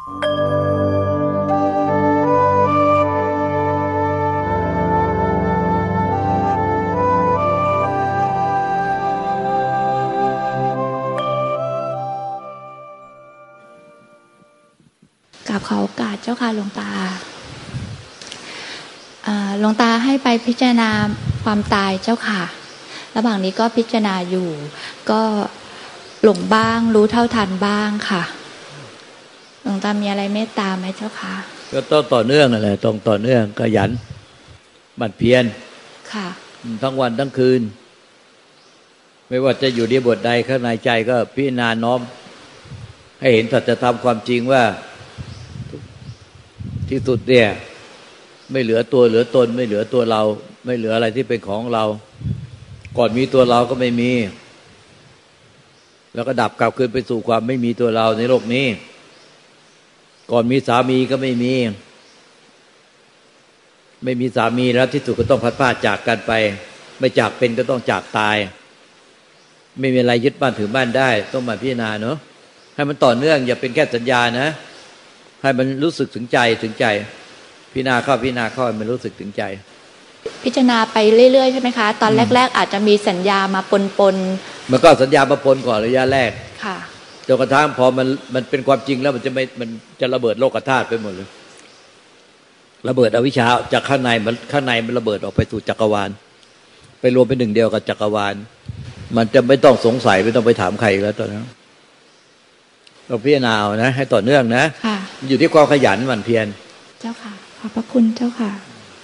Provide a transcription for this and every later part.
กับขอโอกาสเจ้าค่ะหลวงตาหลวงตาให้ไปพิจารณาความตายเจ้าค่ะระหว่างนี้ก็พิจารณาอยู่ก็หลงบ้างรู้เท่าทันบ้างค่ะหลวงตามีอะไรเมตตาไหมเจ้าค่ะก็ต้องต่อเนื่องอะไรต้องต่อเนื่องขยันหมั่นเพียรค่ะทั้งวันทั้งคืนไม่ว่าจะอยู่ในบทใดข้างในใจก็พิจารณาน้อมให้เห็นสัจธรรมความจริงว่าที่สุดเนี่ยไม่เหลือตัวเหลือตนไม่เหลือตัวเราไม่เหลืออะไรที่เป็นของเราก่อนมีตัวเราก็ไม่มีแล้วก็ดับกลับคืนไปสู่ความไม่มีตัวเราในโลกนี้ก่อนมีสามีก็ไม่มีสามีแล้วที่สุดก็ต้องพัดพรากจากกันไปไม่จากเป็นก็ต้องจากตายไม่มีอะไรยึดบ้านถือบ้านได้ต้องมาพิจารณาเนาะให้มันต่อเนื่องอย่าเป็นแค่สัญญานะให้มันรู้สึกถึงใจพิจารณาเข้าให้มันรู้สึกถึงใจพิจารณาไปเรื่อยๆใช่ไหมคะตอนแรกๆอาจจะมีสัญญามาปนมันก็สัญญามาปนก่อนระยะแรกค่ะจนกระทั่งพอมันเป็นความจริงแล้วมันจะระเบิดโลกธาตุไปหมดเลยระเบิดอวิชชาจากข้างในมันระเบิดออกไปสู่จักรวาลไปรวมเป็นหนึ่งเดียวกับจักรวาลมันจะไม่ต้องสงสัยไม่ต้องไปถามใครแล้วตอนนั้นเราพิจารณานะให้ต่อเนื่องนะอยู่ที่ความขยันหมั่นเพียรเจ้าค่ะขอบพระคุณเจ้าค่ะ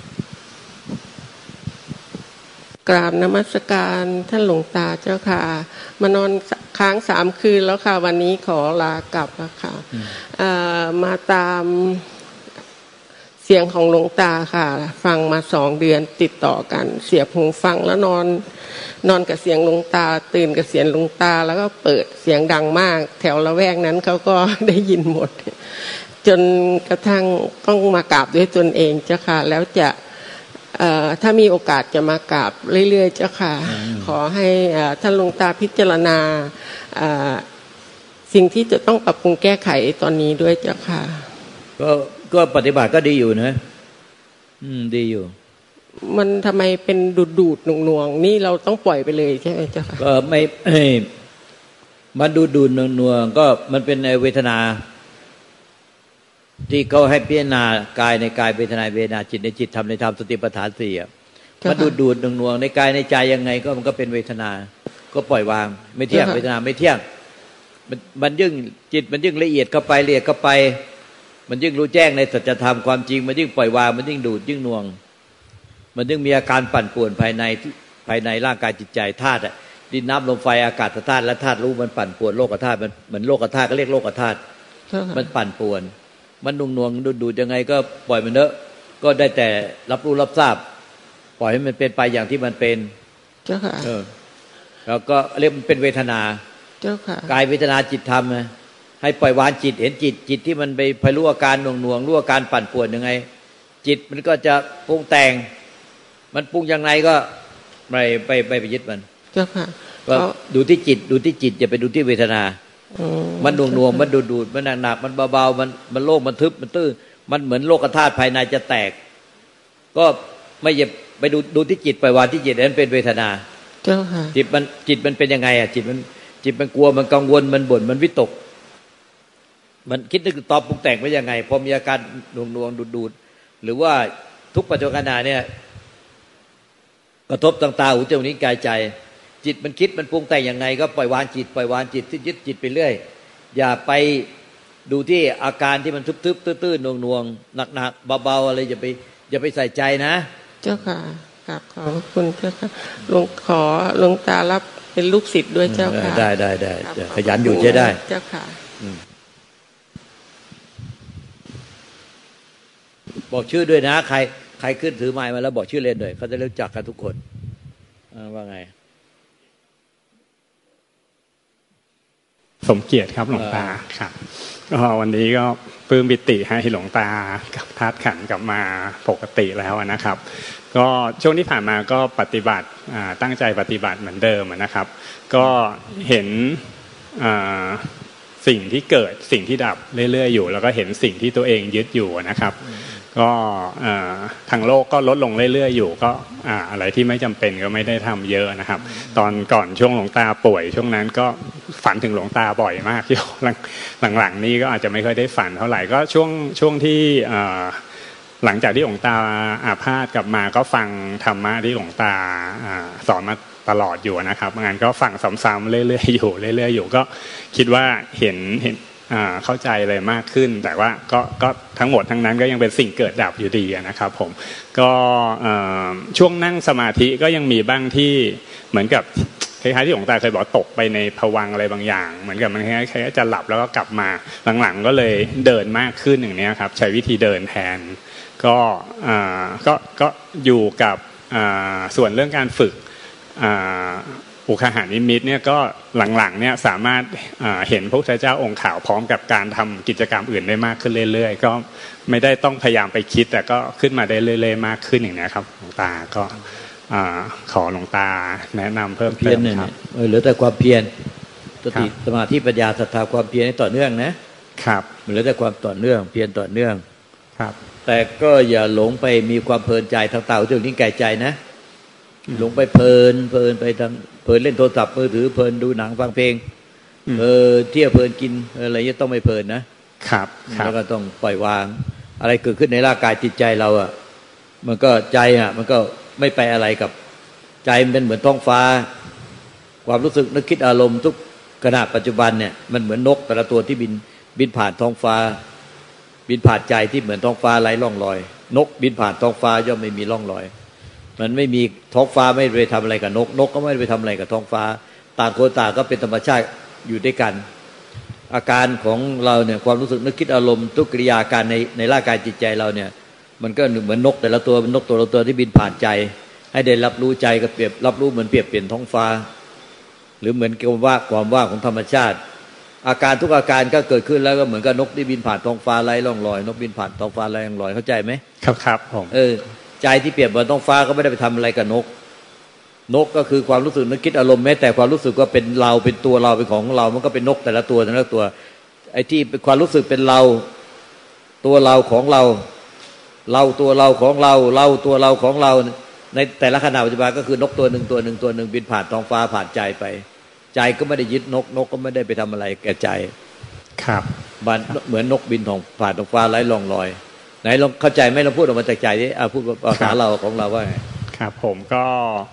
กราบนมัสการท่านหลวงตาเจ้าค่ะมานอนค้าง3 คืนแล้วค่ะวันนี้ขอลากลับแล้วค่ะมาตามเสียงของหลวงตาค่ะฟังมา2 เดือนติดต่อกันเสียบหูฟังแล้วนอนกับเสียงหลวงตาตื่นกับเสียงหลวงตาแล้วก็เปิดเสียงดังมากแถวละแวกนั้นเขาก็ได้ยินหมดจนกระทั่งต้องมากราบด้วยตนเองเจ้าค่ะแล้วจะถ้ามีโอกาสจะมากราบเรื่อยๆเจ้าค่ะขอให้ท่านหลวงตาพิจารณาสิ่งที่จะต้องปรับปรุงแก้ไขตอนนี้ด้วยเจ้าค่ะก็ปฏิบัติก็ดีอยู่นะดีอยู่มันทำไมเป็นดูดหน่วงๆนี่เราต้องปล่อยไปเลยใช่ไหมเจ้าค่ะก็ไม่มันดูดหน่วงก็มันเป็นเวทนาที่เขาให้พิจารณากายในกายเวทนาเวทนาจิตในจิตธรรมในธรรมสติปัฏฐาน4มันดูดหน่วงในกายในใจยังไงก็มันก็เป็นเวทนาก็ปล่อยวางไม่เที่ยงเวทนาไม่เที่ยงมันยิ่งจิตมันยิ่งละเอียดเข้าไปมันยิ่งรู้แจ้งในสัจธรรมความจริงมันยิ่งปล่อยวางมันยิ่งดูดยิ่งหน่วงมันยิ่งมีอาการปั่นป่วนภายในร่างกายจิตใจธาตุดินน้ำลมไฟอากาศธาตุและธาตุรู้มันปั่นป่วนโลกธาตุมันเหมือนโลกธาตุก็เรียกโลกธาตุมันปั่นป่วนมันหน่วงดูดยังไงก็ปล่อยมันเถอะก็ได้แต่รับรู้รับทราบปล่อยให้มันเป็นไปอย่างที่มันเป็นเจ้าค่ะแล้วก็เรียกมันเป็นเวทนาเจ้าค่ะกายเวทนาจิตธรรมนะให้ปล่อยวางจิตเห็นจิตที่มันไปรู้อาการหน่วงรู้อาการปั่นป่วนยังไงจิตมันก็จะปรุงแต่งมันปรุงยังไงก็ไปยึดมันเจ้าค่ะก็ดูที่จิตอย่าไปดูที่เวทนามันหน่วงมันดูดมันหนักมันเบาๆมันโล่งมันทึบมันตื้อมันเหมือนโลกธาตุภายในจะแตกก็ไม่อย่าไปดูที่จิตปล่อยวางที่จิตนั้นเป็นเวทนาเจ้าค่ะจิตมันเป็นยังไงอ่ะจิตมันกลัวมันกังวลมันบ่นมันวิตกมันคิดนึกตอบปรุงแต่งไปยังไงพอมีอาการหน่วงดูดหรือว่าทุกปัจจุบันเนี่ยกระทบทางตาหูจมูกลิ้นกายใจจิตมันคิดมันปรุงแต่งยังไงก็ปล่อยวางจิตที่ยึดจิตไปเรื่อยอย่าไปดูที่อาการที่มันทึบๆตื้อๆหน่วงๆหนักๆเบาๆอะไรอย่าไปใส่ใจนะเจ้าค่ะขอบคุณเจ้าค่ะหลวงตารับเป็นลูกศิษย์ด้วยเจ้าค่ะได้ขยันอยู่จะได้เจ้าค่ะบอกชื่อด้วยนะใครขึ้นถือไมค์มาแล้วบอกชื่อเล่นด้วยเขาจะรู้จักกันทุกคนว่าไงสมเกียรติครับหลวงตาครับก็วันนี้ก็ปลื้มปิติให้หลวงตากับธาตุขันธ์กลับมาปกติแล้วนะครับก็ช่วงที่ผ่านมาก็ปฏิบัติตั้งใจปฏิบัติเหมือนเดิมนะครับก็เห็นสิ่งที่เกิดสิ่งที่ดับเรื่อยๆอยู่แล้วก็เห็นสิ่งที่ตัวเองยึดอยู่นะครับก็ทางโลกก็ลดลงเรื่อยๆอยู่ก็อะไรที่ไม่จำเป็นก็ไม่ได้ทำเยอะนะครับตอนก่อนช่วงหลวงตาป่วยช่วงนั้นก็ฝันถึงหลวงตาบ่อยมากหลังๆนี้ก็อาจจะไม่ค่อยได้ฝันเท่าไหร่ก็ช่วงที่หลังจากที่หลวงตาอาพาธกลับมาก็ฟังธรรมะที่หลวงตาสอนมาตลอดอยู่นะครับงานก็ฟังซ้ำๆเรื่อยๆอยู่ก็คิดว่าเห็นเข้าใจเลยมากขึ้นแต่ว่าก็ทั้งหมดทั้งนั้นก็ยังเป็นสิ่งเกิดดับอยู่ดีนะครับผมก็ช่วงนั่งสมาธิก็ยังมีบ้างที่เหมือนกับคล้ายๆที่หลวงตาเคยบอกตกไปในภวังค์อะไรบางอย่างเหมือนกับมันคล้ายๆจะหลับแล้วก็กลับมาหลังๆก็เลยเดินมากขึ้นอย่างนี้ครับใช้วิธีเดินแทนก็อยู่กับส่วนเรื่องการฝึกอุคหานิมิตเนี่ยก็หลังๆเนี่ยสามารถเห็นพระพุทธเจ้าองค์ขาวพร้อมกับการทำกิจกรรมอื่นได้มากขึ้นเรื่อยๆก็ไม่ได้ต้องพยายามไปคิดแต่ก็ขึ้นมาได้เรื่อยๆมากขึ้นอย่างนี้ครับหลวงตาก็ขอหลวงตาแนะนำเพิ่มเติมครับเหลือแต่ความเพียรสติสมาธิปัญญาศรัทธาความเพียรให้ต่อเนื่องนะครับเหลือแต่ความต่อเนื่องเพียรต่อเนื่องครับแต่ก็อย่าหลงไปมีความเพลินใจทางตาจนทิ้งแก่ใจนะหลงไปเพลินไปทางเพลินเล่นโทรศัพท์มือถือเพลินดูหนังฟังเพลงเที่ยวเพลินกินอะไรนี้ต้องไม่เพลินนะครับแล้วก็ต้องปล่อยวางอะไรเกิดขึ้นในร่างกายจิตใจเราอ่ะมันก็ใจมันก็ไม่ไปอะไรกับใจมันเป็นเหมือนท้องฟ้าความรู้สึกนึกคิดอารมณ์ทุกขณะปัจจุบันเนี่ยมันเหมือนนกแต่ละตัวที่บินผ่านท้องฟ้าบินผ่านใจที่เหมือนท้องฟ้าไร้ร่องรอยนกบินผ่านท้องฟ้าย่อมไม่มีร่องรอยมันไม่มีท้องฟ้าไม่ไปทำอะไรกับนกก็ไม่ไปทำอะไรกับท้องฟ้าต่างคนต่างก็เป็นธรรมชาติอยู่ด้วยกันอาการของเราเนี่ยความรู้สึกนึกคิดอารมณ์ทุกกิริยาการในร่างกายจิตใจเราเนี่ยมันก็เหมือนนกแต่ละตัวเป็นนกตัวละตัวที่บินผ่านใจให้ได้รับรู้ใจก็เปรียบรับรู้เหมือนเปรียบเปลี่ยนท้องฟ้าหรือเหมือนความว่างของธรรมชาติอาการทุกอาการก็เกิดขึ้นแล้วก็เหมือนกับนกที่บินผ่านท้องฟ้าไร้ร่องรอยนกบินผ่านท้องฟ้าไร้ร่องรอยเข้าใจไหมครับผมใจที่เปรียบเหมือนท้องฟ้าก็ไม่ได้ไปทำอะไรกับนกก็คือความรู้สึกนึกคิดอารมณ์แม้แต่ความรู้สึกว่าเป็นเราเป็นตัวเราเป็นของเรามันก็เป็นนกแต่ละตัวไอ้ที่เป็นความรู้สึกเป็นเราตัวเราของเราตัวเราของเราตัวเราของเราในแต่ละขณะปัจจุบันก็คือนกตัวหนึ่งบินผ่านท้องฟ้าผ่านใจไปใจก็ไม่ได้ยึดนกก็ไม่ได้ไปทำอะไรแก่ใจครับเหมือนนกบินผ่านท้องฟ้าไร้ร่องรอยไหนลองเข้าใจไหมเราพูดออกมาจากใจดิพูดภาษาเราของเราว่าไงครับผมก็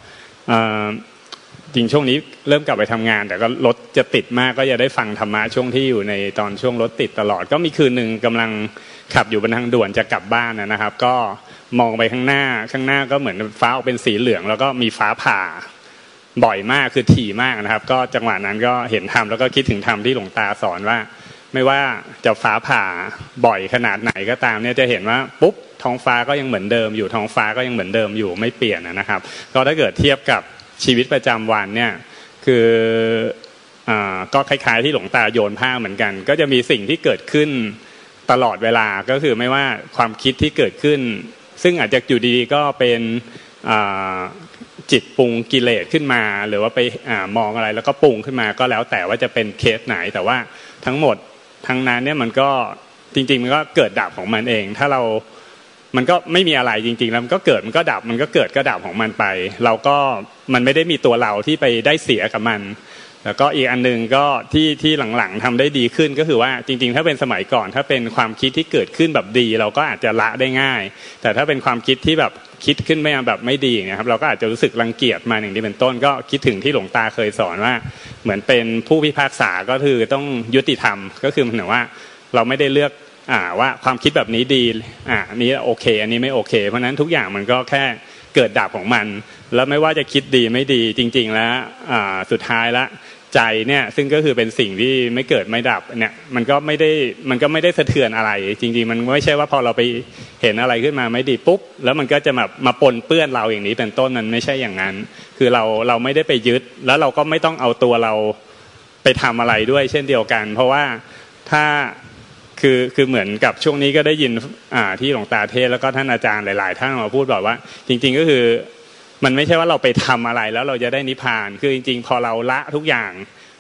จริงช่วงนี้เริ่มกลับไปทำงานแต่ก็รถจะติดมากก็จะได้ฟังธรรมะช่วงที่อยู่ในตอนช่วงรถติดตลอดก็มีคืนนึงกำลังขับอยู่บนทางด่วนจะกลับบ้านนะครับก็มองไปข้างหน้าก็เหมือนฟ้าออกเป็นสีเหลืองแล้วก็มีฟ้าผ่าบ่อยมากคือถี่มากนะครับก็จังหวะนั้นก็เห็นธรรมแล้วก็คิดถึงธรรมที่หลวงตาสอนว่าไม่ว่าจะฟ้าผ่าบ่อยขนาดไหนก็ตามเนี่ยจะเห็นว่าปุ๊บท้องฟ้าก็ยังเหมือนเดิมอยู่ท้องฟ้าก็ยังเหมือนเดิมอยู่ไม่เปลี่ยนนะครับก็ถ้าเกิดเทียบกับชีวิตประจำวันเนี่ยคือก็คล้ายๆที่หลวงตาโยนผ้าเหมือนกันก็จะมีสิ่งที่เกิดขึ้นตลอดเวลาก็คือไม่ว่าความคิดที่เกิดขึ้นซึ่งอาจจะอยู่ดีๆก็เป็นจิตปรุงกิเลสขึ้นมาหรือว่าไปมองอะไรแล้วก็ปรุงขึ้นมาก็แล้วแต่ว่าจะเป็นเคสไหนแต่ว่าทั้งหมดทั้งนั้นเนี่ยมันก็จริงๆมันก็เกิดดับของมันเองถ้าเรามันก็ไม่มีอะไรจริงๆแล้วมันก็เกิดมันก็ดับมันก็เกิดก็ดับของมันไปเราก็มันไม่ได้มีตัวเราที่ไปได้เสียกับมันแล้วก็อีกอันนึงก็ที่หลังๆทำได้ดีขึ้นก็คือว่าจริงๆถ้าเป็นสมัยก่อนถ้าเป็นความคิดที่เกิดขึ้นแบบดีเราก็อาจจะละได้ง่ายแต่ถ้าเป็นความคิดที่แบบคิดขึ้นแบบไม่ดีเนี่ยครับเราก็อาจจะรู้สึกรังเกียจมันอย่างนี้เป็นต้นก็คิดถึงที่หลวงตาเคยสอนว่าเหมือนเป็นผู้พิพากษาก็คือต้องยุติธรรมก็คือหมายว่าเราไม่ได้เลือกว่าความคิดแบบนี้ดีนี้โอเคอันนี้ไม่โอเคเพราะนั้นทุกอย่างมันก็แค่เกิดดับของมันแล้วไม่ว่าจะคิดดีไม่ดีจริงๆแล้วสุดท้ายละใจเนี่ยซึ่งก็คือเป็นสิ่งที่ไม่เกิดไม่ดับเนี่ยมันก็ไม่ได้สะเทือนอะไรจริงๆมันไม่ใช่ว่าพอเราไปเห็นอะไรขึ้นมาไม่ดีปุ๊บแล้วมันก็จะมาปนเปื้อนเราอย่างนี้เป็นต้นมันไม่ใช่อย่างนั้นคือเราไม่ได้ไปยึดแล้วเราก็ไม่ต้องเอาตัวเราไปทำอะไรด้วยเช่นเดียวกันเพราะว่าถ้าคือเหมือนกับช่วงนี้ก็ได้ยินที่หลวงตาเทศแล้วก็ท่านอาจารย์หลายๆท่านมาพูดบอกว่าจริงๆก็คือมันไม่ใช่ว่าเราไปทำอะไรแล้วเราจะได้นิพพานคือจริงๆพอเราละทุกอย่าง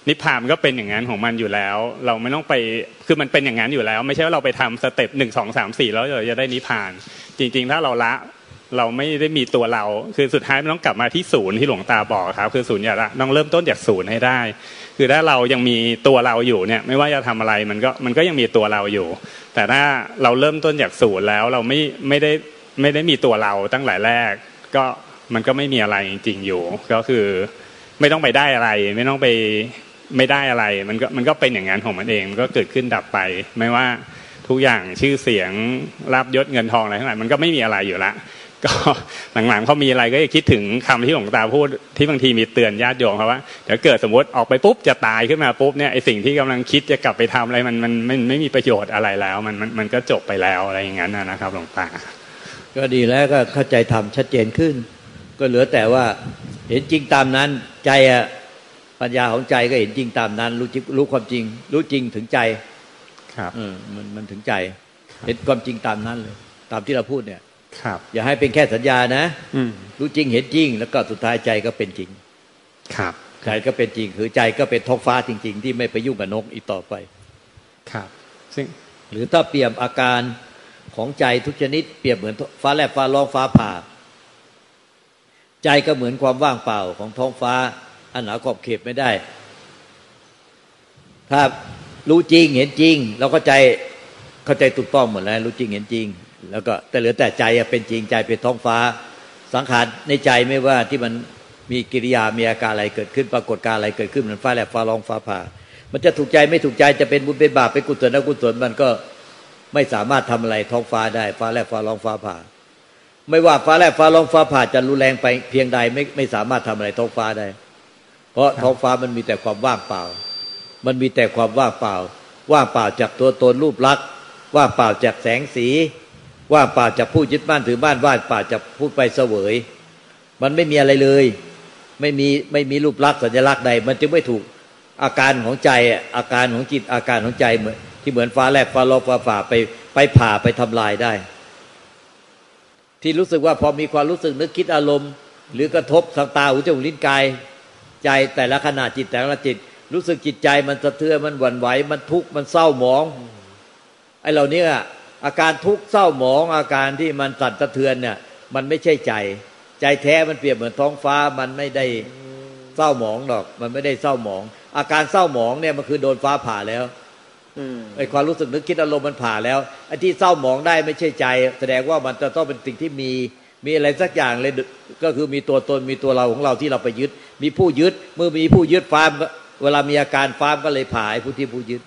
นิพพานก็เป็นอย่างนั้นของมันอยู่แล้วเราไม่ต้องไปคือมันเป็นอย่างนั้นอยู่แล้วไม่ใช่ว่าเราไปทำสเต็ป1 2 3 4แล้วเราจะได้นิพพานจริงๆถ้าเราละเราไม่ได้มีตัวเราคือสุดท้ายมันต้องกลับมาที่ศูนย์ที่หลวงตาบอกครับคือศูนย์อย่าละต้องเริ่มต้นจากศูนย์ให้ได้คือถ้าเรายังมีตัวเราอยู่เนี่ยไม่ว่าจะทำอะไรมันก็ยังมีตัวเราอยู่แต่ถ้าเราเริ่มต้นจากศูนย์แล้วเราไม่ได้มีตัวเราตั้งแต่แรกก็มันก็ไม่มีอะไรจริงๆอยู่ก็คือไม่ต้องไปได้อะไรไม่ต้องไปไม่ได้อะไรมันก็เป็นอย่างนั้นของมันเองมันก็เกิดขึ้นดับไปไม่ว่าทุกอย่างชื่อเสียงลาภยศเงินทองอะไรทั้งหลายมันก็ไม่มีอะไรอยู่ละก็หลังๆพอมีอะไรก็จะคิดถึงคำที่หลวงตาพูดที่บางทีมีเตือนญาติโยมครับว่าเดี๋ยวเกิดสมมติออกไปปุ๊บจะตายขึ้นมาปุ๊บเนี่ยไอสิ่งที่กำลังคิดจะกลับไปทำอะไรมันไม่มีประโยชน์อะไรแล้วมันก็จบไปแล้วอะไรอย่างนั้นนะครับหลวงตาก็ดีแล้วก็เข้าใจธรรมชัดเจนขึ้นก็เหลือแต่ว่าเห็นจริงตามนั้นใจอะปัญญาของใจก็เห็นจริงตามนั้นรู้ความจริงรู้จริงถึงใจครับมันถึงใจเห็นความจริงตามนั้นเลยตามที่เราพูดเนี่ยครับอย่าให้เป็นแค่สัญญานะรู้จริงเห็นจริงแล้วก็สุดท้ายใจก็เป็นจริงครับใจก็เป็นจริงคือใจก็เป็นท้องฟ้าจริงๆที่ไม่ไปยุ่งกับนกอีกต่อไปครับซึ่งหรือถ้าเปรียบอาการของใจทุกชนิดเปรียบเหมือนฟ้าแลบฟ้าร้องฟ้าผ่าใจก็เหมือนความว่างเปล่าของท้องฟ้าอันหาขอบเขตไม่ได้ถ้ารู้จริงเห็นจริงเราเข้าใจถูกต้องหมดแล้วรู้จริงเห็นจริงแล้วก็แต่เหลือแต่ใจเป็นจริงใจเป็นท้องฟ้าสังขารในใจไม่ว่าที่มันมีกิริยามีอาการอะไรเกิดขึ้นปรากฏการอะไรเกิดขึ้นมันฟ้าแลบฟ้าร้องฟ้าผ่ามันจะถูกใจไม่ถูกใจจะเป็นบุญเป็นบาปเป็นกุศลอกุศลมันก็ไม่สามารถทำอะไรท้องฟ้าได้ฟ้าแลบฟ้าร้องฟ้าผ่าไม่ว่าฟ้าแลบฟ้าร้องฟ้าผ่าจะรุนแรงไปเพียงใดไม่สามารถทำอะไรท้องฟ้าได้เพราะท้องฟ้ามันมีแต่ความว่างเปล่ามันมีแต่ความว่างเปล่าว่างเปล่าจากตัวตนรูปลักษณ์ว่างเปล่าจากแสงสีว่างเปล่าจากผู้ยึดมั่นถือมั่นว่างเปล่าจากผู้ไปเสวยมันไม่มีอะไรเลยไม่มีรูปลักษณ์สัญลักษณ์ใดมันจึงไม่ถูกอาการของใจอาการของจิตอาการของใจที่เหมือนฟ้าแลบฟ้าร้องฟ้าผ่าไปผ่าไปทำลายได้ที่รู้สึกว่าพอมีความรู้สึกนึกคิดอารมณ์หรือกระทบทางตาหูจมูกลิ้นกายใจแต่ละขณะจิตแต่ละจิตรู้สึกจิตใจมันสะเทือนมันหวั่นไหวมันทุกข์มันเศร้าหมองไอ้เหล่านี้อาการทุกข์เศร้าหมองอาการที่มันสั่นสะเทือนเนี่ยมันไม่ใช่ใจแท้มันเปรียบเหมือนท้องฟ้ามันไม่ได้เศร้าหมองหรอกมันไม่ได้เศร้าหมองอาการเศร้าหมองเนี่ยมันคือโดนฟ้าผ่าแล้วไอ้ความรู้สึกนึกคิดอารมณ์มันผ่าแล้วไอ้ที่เศร้าหมองได้ไม่ใช่ใจแสดงว่ามันจะต้องเป็นสิ่งที่มีอะไรสักอย่างเลยก็คือมีตัวตนมีตัวเราของเราที่เราไปยึดมีผู้ยึดเมื่อมีผู้ยึดฟ้าเวลามีอาการฟ้าก็เลยผ่าไอ้ผู้ที่ผู้ยึด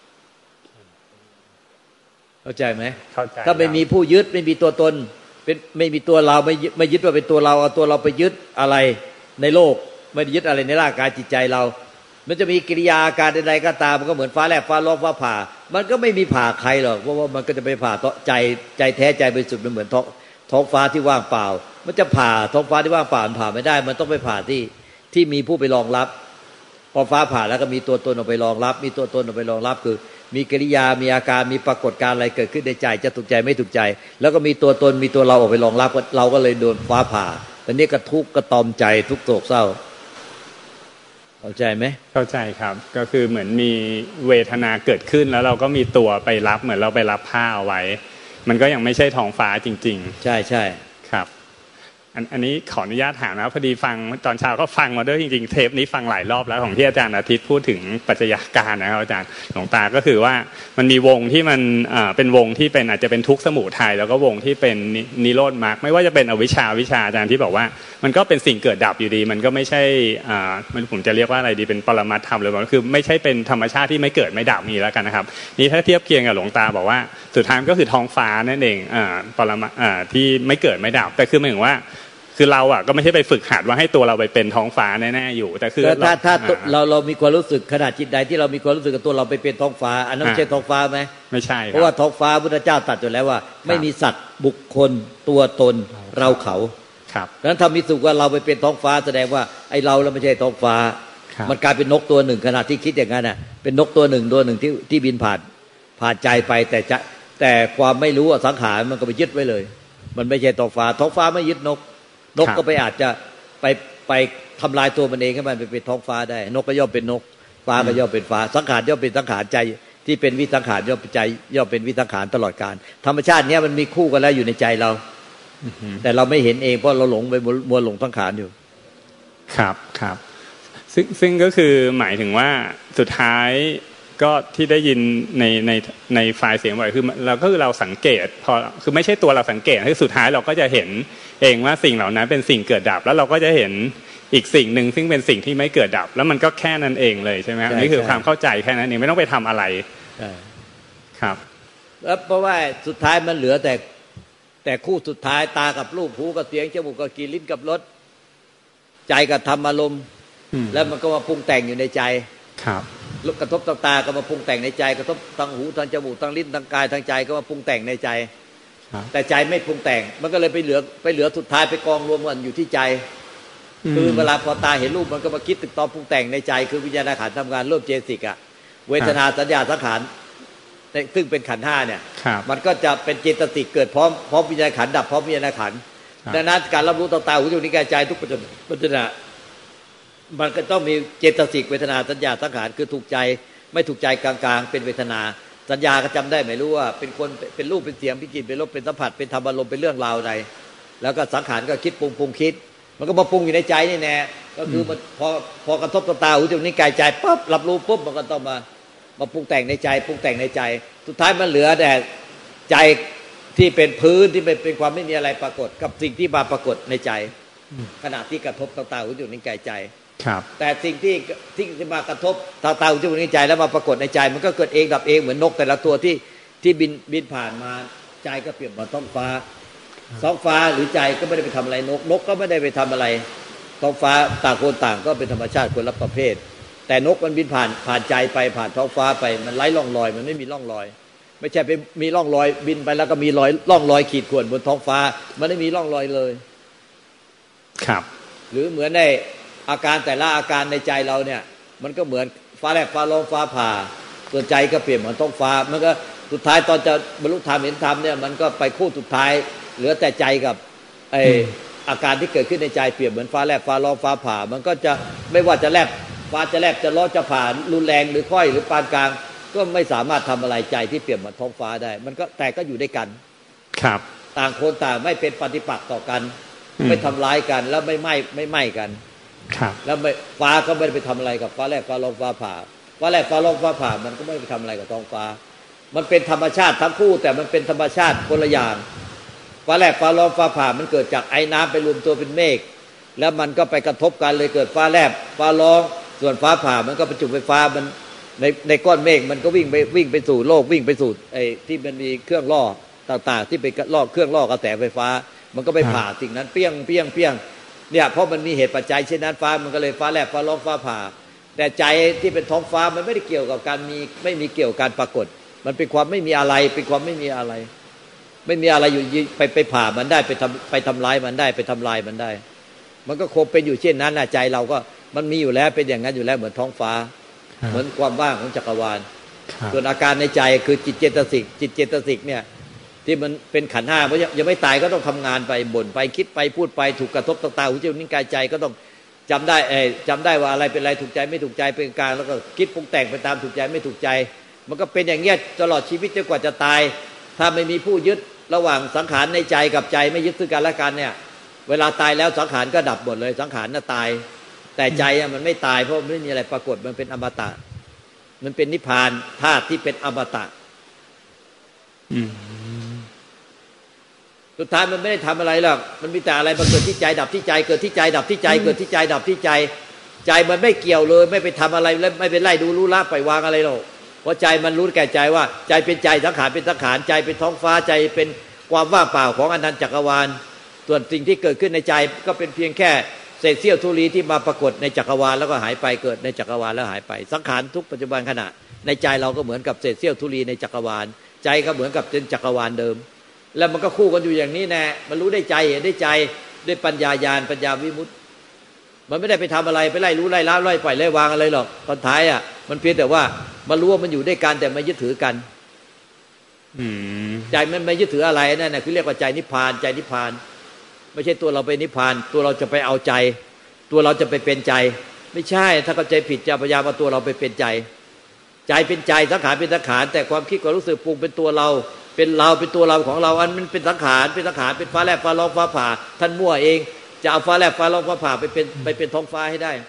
เข้าใจไหมเข้าใจถ้าไม่มีผู้ยึดไม่มีตัวตนเป็นไม่มีตัวเราไม่ยึดว่าเป็นตัวเราเอาตัวเราไปยึดอะไรในโลกไม่ได้ยึดอะไรในร่างกายจิตใจเรามันจะมีกิริยาอาการใดๆก็ตามมันก็เหมือนฟ้าแลบฟ้าร้องฟ้าผ่ามันก็ไม่มีผ่าใครหรอกเพราะว่ามันก็จะไปผ่าใจแท้ใจบริสุทธิ์มันเหมือนท้องฟ้าที่ว่างเปล่ามันจะผ่าท้องฟ้าที่ว่างเปล่ามันผ่าไม่ได้มันต้องไปผ่าที่มีผู้ไปรองรับพอฟ้าผ่าแล้วก็มีตัวตนออกไปรองรับมีตัวตนออกไปรองรับคือมีกิริยามีอาการมีปรากฏการณ์อะไรเกิดขึ้นในใจจะถูกใจไม่ถูกใจแล้วก็มีตัวตนมีตัวเราออกไปรองรับเราก็เลยโดนฟ้าผ่าตอนนี้ก็ทุกข์ก็ตอมใจทุกโศกเศร้าเข้าใจไหมเข้าใจครับก็คือเหมือนมีเวทนาเกิดขึ้นแล้วเราก็มีตัวไปรับเหมือนเราไปรับผ้าเอาไว้มันก็ยังไม่ใช่ท้องฟ้าจริงๆใช่ใช่ครับอันนี้ขออนุญาตถามนะพอดีฟังตอนเช้าก็ฟังมาด้วยจริงๆเทปนี้ฟังหลายรอบแล้วของที่อาจารย์อาทิตย์พูดถึงปัจจัยการนะครับอาจารย์หลวงตาก็คือว่ามันมีวงที่มันเป็นวงที่เป็นอาจจะเป็นทุกข์สมุทัยแล้วก็วงที่เป็นนิโรธมรรคไม่ว่าจะเป็นอวิชชาวิชาอาจารย์ที่บอกว่ามันก็เป็นสิ่งเกิดดับอยู่ดีมันก็ไม่ใช่มันผมจะเรียกว่าอะไรดีเป็นปรมัตถธรรมเลยก็คือไม่ใช่เป็นธรรมชาติที่ไม่เกิดไม่ดับนี่แล้วกันนะครับนี่ถ้าเทียบเคียงกับหลวงตาบอกว่าสุดท้ายก็คือท้องฟ้านั่นเองปรมัตถ์ที่ไม่เกิดไม่ดับแต่คือหมายถึงว่าคือเราก็ไม่ใช่ไปฝึกหัดว่าให้ตัวเราไปเป็นท้องฟ้าแน่ๆอยู่แต่คือถ้าเรามีความรู้สึกขณะจิตใดที่เรามีความรู้สึกกับตัวเราไปเป็นท้องฟ้าอันนั้นไม่ใช่ท้องฟ้าไหมไม่ใช่เพราะว่าท้องฟ้าพุทธเจ้าตรัสอยู่แล้วว่าไม่มีสัตว์บุคคลตัวตนเราเขาครับดังนั้นทำมีสุขว่าเราไปเป็นท้องฟ้าแสดงว่าไอ้เราไม่ใช่ท้องฟ้ามันกลายเป็นนกตัวหนึ่งขณะที่คิดอย่างนั้นเป็นนกตัวหนึ่งที่บินผ่านใจไปแต่ความไม่รู้สังขารมันก็ไปยึดไว้เลยมันไม่ใช่ท้องฟ้าไม่ยึดนกก็ไปอาจจะไปทำลายตัวมันเองให้มันไปเป็นท้องฟ้าได้นกก็ย่อมเป็นนกฟ้าก็ย่อมเป็นฟ้าสังขารย่อมเป็นสังขารใจที่เป็นวิสังขารย่อมเป็นใจย่อมเป็นวิสังขารตลอดกาลธรรมชาติเนี้ยมันมีคู่กันแล้วอยู่ในใจเราแต่เราไม่เห็นเองเพราะเราหลงไปมัวหลงสังขารอยู่ครับครับซึ่งก็คือหมายถึงว่าสุดท้ายก็ที่ได้ยินในไฟล์เสียงบ่อยคือเราสังเกตพอคือไม่ใช่ตัวเราสังเกตคือสุดท้ายเราก็จะเห็นเองว่าสิ่งเหล่านั้นเป็นสิ่งเกิดดับแล้วเราก็จะเห็นอีกสิ่งหนึ่งซึ่งเป็นสิ่งที่ไม่เกิดดับแล้วมันก็แค่นั้นเองเลยใช่ไหมนี่คือความเข้าใจแค่นั้นเองไม่ต้องไปทำอะไรครับแล้วเพราะว่าสุดท้ายมันเหลือแต่คู่สุดท้ายตากับรูปหูกับเสียงจมูกกับกลิ่นลิ้นกับรสใจกับธรรมอารมณ์แล้วมันก็มาปรุงแต่งอยู่ในใจครับกระทบทางตาก็มาปรุงแต่งในใจกระทบทางหูทางจมูกทางลิ้นทางกายทางใจก็มาปรุงแต่งในใจแต่ใจไม่ปรุงแต่งมันก็เลยไปเหลือสุดท้ายไปกองรวมกันอยู่ที่ใจคือเวลาพอตาเห็นรูปมันก็มาคิดตึกตอปรุงแต่งในใจคือวิญญาณขันธ์ทำงานร่วมเจสิกอะเวทนาสัญญาสังขารซึ่งเป็นขันธ์ห้าเนี่ยมันก็จะเป็นเจตสิกเกิดพร้อมวิญญาณขันธ์ดับพร้อมวิญญาณขันธ์ดังนั้นการรับรู้ต่อตาหูจมูกลิ้นกายใจทุกปัจจุบันมันก็ต้องมีเจตสิกเวทนาสัญญาสังขารคือถูกใจไม่ถูกใจกลางๆเป็นเวทนาสัญญาก็จำได้ไม่รู้ว่าเป็นคนเป็นรูปเป็นเสียงเป็นกลิ่นเป็นรสเป็นสัมผัสเป็นธรรมอารมณ์เป็นเรื่องราวใดแล้วก็สังขารก็คิดปรุงคิดมันก็มาปรุงอยู่ในใจนี่แน่ก็คือมันพอกระทบตาหูจมูกลิ้นกายใจปั๊บรับรู้ปุ๊บมันก็ต้องมาปรุงแต่งในใจปรุงแต่งในใจสุดท้ายมันเหลือแต่ใจที่เป็นพื้นที่เป็นความไม่มีอะไรปรากฏกับสิ่งที่มาปรากฏในใจขณะที่กระทบตาหูจมูกลิ้นกายใจแต่สิ่งที่มากระทบตาหูจมูกลิ้นกายใจแล้วมาปรากฏในใจมันก็เกิดเองดับเองเหมือนนกแต่ละตัวที่บินผ่านมาใจก็เปรียบเหมือนท้องฟ้าหรือใจก็ไม่ได้ไปทำอะไรนกก็ไม่ได้ไปทำอะไรท้องฟ้าต่างคนต่างก็เป็นธรรมชาติคนละประเภทแต่นกมันบินผ่านใจไปผ่านท้องฟ้าไปมันไร้ร่องรอยมันไม่มีร่องรอยไม่ใช่ไปมีร่องรอยบินไปแล้วก็มีร่องรอยขีดข่วนบนท้องฟ้ามันไม่มีร่องรอยเลยครับหรือเหมือนในอาการแต่ละอาการในใจเราเนี่ยมันก็เหมือนฟ้าแลบฟ้าร้องฟ้าผ่าส่วนใจก็เปลี่ยนเหมือนท้องฟ้ามันก็สุดท้ายตอนจะบรรลุธรรมเห็นธรรมเนี่ยมันก็ไปคู่สุดท้ายเหลือแต่ใจกับอาการที่เกิดขึ้นในใจเปรียบเหมือนฟ้าแลบฟ้าร้องฟ้าผ่ามันก็จะไม่ว่าจะแลบฟ้าจะแลบจะร้องจะผ่ารุนแรงหรือค่อยหรือปานกลางก็ไม่สามารถทำอะไรใจที่เปรียบเหมือนท้องฟ้าได้มันก็แต่ก็อยู่ด้วยกันครับต่างคนต่างไม่เป็นปฏิปักษ์ต่อกันไม่ทำร้ายกันแล้วไม่ไหม้กันแล้วฟ้าก็ไม่ได้ไปทำอะไรกับฟ้าแลบฟ้าร้องฟ้าผ่าฟ้าแลบฟ้าร้องฟ้าผ่ามันก็ไม่ได้ไปทำอะไรกับท้องฟ้ามันเป็นธรรมชาติทั้งคู่แต่มันเป็นธรรมชาติคนละอย่างฟ้าแลบฟ้าร้องฟ้าผ่ามันเกิดจากไอ้น้ำไปรวมตัวเป็นเมฆแล้วมันก็ไปกระทบกันเลยเกิดฟ้าแลบฟ้าร้องส่วนฟ้าผ่ามันก็ประจุไฟฟ้ามันในก้อนเมฆมันก็วิ่งไปสู่โลกวิ่งไปสู่ไอ้ที่มันมีเครื่องล่อต่างๆที่ไปล่อเครื่องล่อกระแสไฟฟ้ามันก็ไปผ่าสิ่งนั้นเปี้ยงเนี่ยเพราะมันมีเหตุปัจจัยเช่นนั้นฟ้ามันก็เลยฟ้าแลบฟ้าร้องฟ้าผ่าแต่ใจที่เป็นท้องฟ้ามันไม่ได้เกี่ยวกับการไม่มีเกี่ยวกับการปรากฏมันเป็นความไม่มีอะไรเป็นความไม่มีอะไรไม่มีอะไรอยู่ไปผ่ามันได้ไปทำลายมันได้ไปทำลายมันได้มันก็คงเป็นอยู่เช่นนั้นนะใจเราก็มันมีอยู่แล้วเป็นอย่างนั้นอยู่แล้วเหมือนท้องฟ้าเหมือนความว่างของจักรวาลส่วนอาการในใจคือจิตเจตสิกเนี่ยที่มันเป็นขันธ์ห้าเพราะยังไม่ตายก็ต้องทำงานไปบ่นไปคิดไปพูดไปถูกกระทบตาหูจมูกลิ้นกายใจก็ต้องจำได้ว่าอะไรเป็นอะไรถูกใจไม่ถูกใจเป็นกลางแล้วก็คิดปรุงแต่งไปตามถูกใจไม่ถูกใจมันก็เป็นอย่างเงี้ยตลอดชีวิตจนกว่าจะตายถ้าไม่มีผู้ยึดระหว่างสังขารในใจกับใจไม่ยึดซึ่งกันและกันเนี่ยเวลาตายแล้วสังขารก็ดับหมดเลยสังขารน่ะตายแต่ใจมันไม่ตายเพราะมันไม่มีอะไรปรากฏมันเป็นอมตะมันเป็นนิพพานธาตุที่เป็นอมตะสุดท้ายมันไม่ได้ทำอะไรหรอกมันมีแต่อะไรมาเกิดที่ใจดับที่ใจเกิดที่ใจดับที่ใจเกิดที่ใจดับที่ใจใจมันไม่เกี่ยวเลยไม่ไปทำอะไรแล้วไม่เป็นไล่ดูรู้ละปล่อยวางอะไรหรอกเพราะใจมันรู้แก่ใจว่าใจเป็นใจสังขารเป็นสังขารใจเป็นท้องฟ้าใจเป็นความว่างเปล่าของอนันตจักรวาลส่วนสิ่งที่เกิดขึ้นในใจก็เป็นเพียงแค่เศษเสี้ยวธุลีที่มาปรากฏในจักรวาลแล้วก็หายไปเกิดในจักรวาลแล้วหายไปสังขารทุกปัจจุบันขณะในใจเราก็เหมือนกับเศษเสี้ยวธุลีในจักรวาลใจก็เหมือนกับเป็นจักรวาลเดิมแล้วมันก็คู่กันอยู่อย่างนี้แน่มันรู้ได้ใจเห็นได้ใจด้วยปัญญาญาณปัญญาวิมุตติมันไม่ได้ไปทำอะไรไปไล่รู้ไล่ละไล่ปล่อยไล่วางอะไรหรอกตอนท้ายมันเพียงแต่ว่ามันรู้ว่ามันอยู่ด้วยกันแต่ไม่ยึดถือกันใจมันไม่ยึดถืออะไรนั่นน่ะคือเรียกว่าใจนิพพานใจนิพพานไม่ใช่ตัวเราไปนิพพานตัวเราจะไปเอาใจตัวเราจะไปเป็นใจไม่ใช่ถ้าเข้าใจผิดจะพยายามเอาตัวเราไปเป็นใจใจเป็นใจสังขารเป็นสังขารแต่ความคิดความรู้สึกปรุงเป็นตัวเราเป็นตัวเราของเราอันมันเป็นสังขารเป็นฟ้าแลบฟ้าร้องฟ้าผ่าท่านมั่วเองจะเอาฟ้าแลบฟ้าร้องฟ้าผ่าไปเป็นท้องฟ้าให้ได้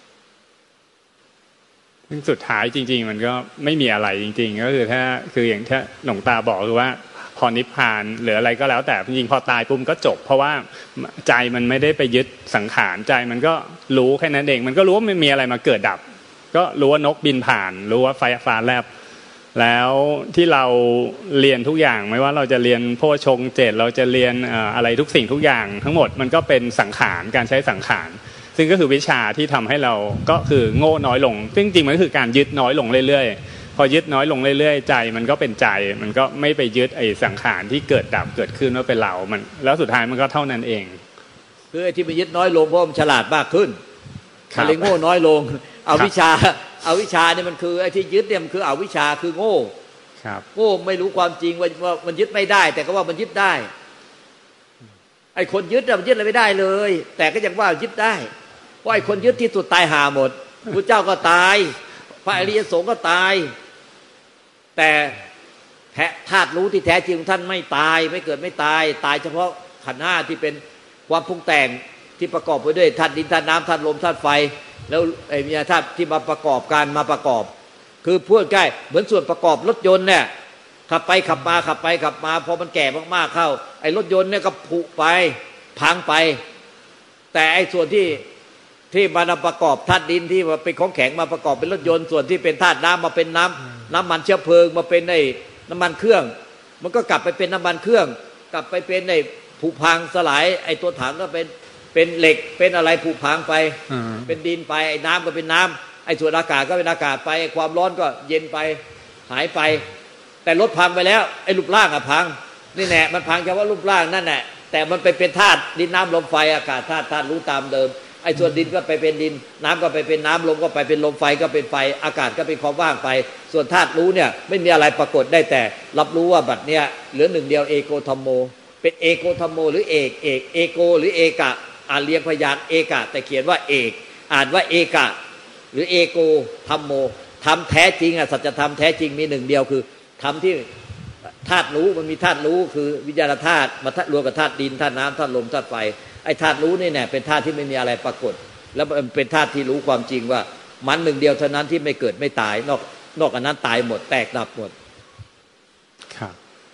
สุดท้ายจริงๆมันก็ไม่มีอะไรจริงๆก็คือถ้าคืออย่างที่หลวงตาบอกคือว่าพอนิพพานหรืออะไรก็แล้วแต่จริงๆพอตายปุ๊บก็จบเพราะว่าใจมันไม่ได้ไปยึดสังขารใจมันก็รู้แค่นั้นเองมันก็รู้ว่ามันมีอะไรมาเกิดดับก็รู้ว่านกบินผ่านรู้ว่าฟ้าแลบแล้วที่เราเรียนทุกอย่างไม่ว่าเราจะเรียนโพชฌงค์7เราจะเรียนอะไรทุกสิ่งทุกอย่างทั้งหมดมันก็เป็นสังขารการใช้สังขารซึ่งก็คือวิชาที่ทำให้เราก็คือโง่น้อยลงซึ่งจริงมันก็คือการยึดน้อยลงเรื่อยๆพอยึดน้อยลงเรื่อยๆใจมันก็เป็นใจมันก็ไม่ไปยึดไอ้สังขารที่เกิดดับเกิดขึ้นว่าเป็นเรามันแล้วสุดท้ายมันก็เท่านั้นเองคือไอ้ที่มันยึดน้อยลงเพราะมันฉลาดมากขึ้นมันเลยโง่น้อยลงเอาวิชาเนี่ยมันคือไอ้ที่ยึดเนี่ยมันคือเอาวิชาคือโง่โง่ไม่รู้ความจริงว่ามันยึดไม่ได้แต่ก็ว่ามันยึดได้ไอ้คนยึดมันยึดอะไรไม่ได้เลยแต่ก็ยังว่ายึดได้เพราะไอ้คนยึดที่สุดตายห่าหมดพระเจ้าก็ตายพระอริยสงฆ์ก็ตายแต่ธาตุรู้ที่แท้จริงของท่านไม่ตายไม่เกิดไม่ตายตายเฉพาะขันธ์5ที่เป็นความปรุงแต่งที่ประกอบไปด้วยธาตุดินธาตุน้ำธาตุลมธาตุไฟแล้วไอ้มีธาตุที่มาประกอบการมาประกอบคือพูดง่ายเหมือนส่วนประกอบรถยนต์เนี่ยขับไปขับมาพอมันแก่มากๆเข้าไอ้รถยนต์เนี่ยก็ผุไปพังไปแต่ไอ้ส่วนที่มาประกอบธาตุดินที่มาเป็นของแข็งมาประกอบเป็นรถยนต์ส่วนที่เป็นธาตุน้ำมาเป็นน้ำมันเชื้อเพลิงมาเป็นไอ้น้ำมันเครื่องมันก็กลับไปเป็นน้ำมันเครื่องกลับไปเป็นไอ้ผุพังสลายไอ้ตัวถังก็เป็นเหล็กเป็นอะไรผุพังไปเป็นดินไปไอ้น้ำก็เป็นน้ำไอ้ส่วนอากาศก็เป็นอากาศไปความร้อนก็เย็นไปหายไปแต่รถพังไปแล้วไอ้รูปร่างอะพังนี่แน่มันพังแค่ว่ารูปร่างนั่นแหละแต่มันไปเป็นธาตุดินน้ำลมไฟอากาศธาตุรู้ตามเดิมไอ้ส่วนดินก็ไปเป็นดินน้ำก็ไปเป็นน้ำลมก็ไปเป็นลมไฟก็เป็นไฟอากาศก็เป็นความว่างไปส่วนธาตุรู้เนี่ยไม่มีอะไรปรากฏได้แต่รับรู้ว่าบัดเนี้ยเหลือหนึ่งเดียวเอโกธัมโมเป็นเอโกธัมโมหรือเอโกหรือเอกะอ่านเรียงพยานเอกะแต่เขียนว่าเอกอ่านว่าเอกะหรือเอโกธัมโมธรรมแท้จริงสัจธรรมแท้จริงมีหนึ่งเดียวคือธรรมที่ธาตุรู้มันมีธาตุรู้คือวิญญาณธาตุมารวมกับธาตุดินธาตุน้ำธาตุลมธาตุไฟไอ้ธาตุรู้นี่แน่เป็นธาตุที่ไม่มีอะไรปรากฏแล้วมันเป็นธาตุที่รู้ความจริงว่ามันหนึ่งเดียวเท่านั้นที่ไม่เกิดไม่ตายนอกจากนั้นตายหมดแตกดับหมดครับ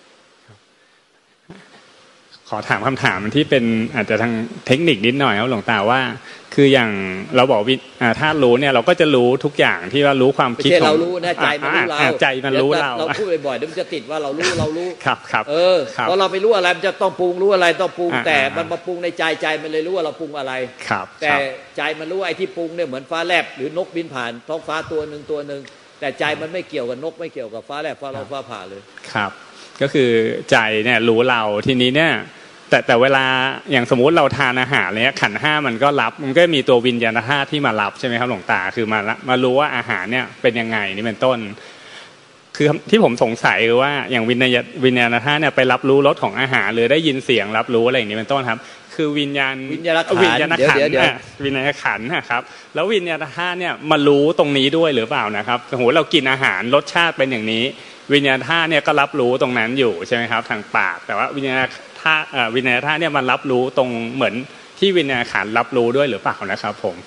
ขอถามคำถามที่เป็นอาจจะทางเทคนิคนิดหน่อยครับหลวงตาว่าคืออย่างเราบอกธาตุรู้เนี่ยเราก็จะรู้ทุกอย่างที่ว่ารู้ความคิดของเรารู้นะใจมันรู้เราใจมันรู้เราพูดบ่อยๆเดี๋ยวมันจะติดว่าเรารู้ครับพอเราไปรู้อะไรมันจะต้องปรุงรู้อะไรต้องปรุงแต่มันมาปรุงในใจมันเลยรู้ว่าเราปรุงอะไรแต่ใจมันรู้ไอ้ที่ปรุงเนี่ยเหมือนฟ้าแลบหรือนกบินผ่านท้องฟ้าตัวหนึ่งแต่ใจมันไม่เกี่ยวกับนกไม่เกี่ยวกับฟ้าแลบฟ้าร้องฟ้าผ่าเลยครับก็คือใจเนี่ยรู้เราทีนี้เนี่ยแต่เวลาอย่างสมมุติเราทานอาหารเนี้ยขันธ์5มันก็รับมันก็มีตัววิญญาณธาตุที่มารับใช่ไหมครับหลวงตาคือมารู้ว่าอาหารเนี่ยเป็นยังไงนี่เป็นต้นคือที่ผมสงสัยคือว่าอย่างวิญญาณธาตุเนี่ยไปรับรู้รสของอาหารหรือได้ยินเสียงรับรู้อะไรอย่างนี้เป็นต้นครับคือวิญญาณขันธ์วิญญาณขันธ์นะครับแล้ววิญญาณธาตุเนี่ยมารู้ตรงนี้ด้วยหรือเปล่านะครับสมมติเรากินอาหารรสชาติเป็นอย่างนี้วิญญาณธาตุเนี่ยก็รับรู้ตรงนั้นอยู่ใช่ไหมครับทางปากแต่ว่าวิญญาณธาตุเนี่ยมันรับรู้ตรงเหมือนที่วิญญาณขันธ์รับรู้ด้วยหรือเปล่านะครับผม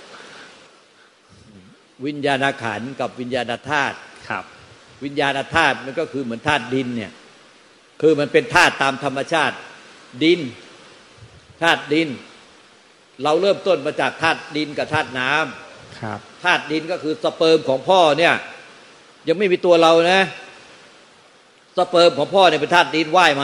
วิญญาณขันธ์กับวิญญาณธาตุครับวิญญาณธาตุมันก็คือเหมือนธาตุดินเนี่ยคือมันเป็นธาตุตามธรรมชาติดินธาตุดินเราเริ่มต้นมาจากธาตุดินกับธาตุน้ำครับธาตุดินก็คือสเปิร์มของพ่อเนี่ยยังไม่มีตัวเรานะสเปิร์มของพ่อเนี่ยเป็นธาตุดินว่าย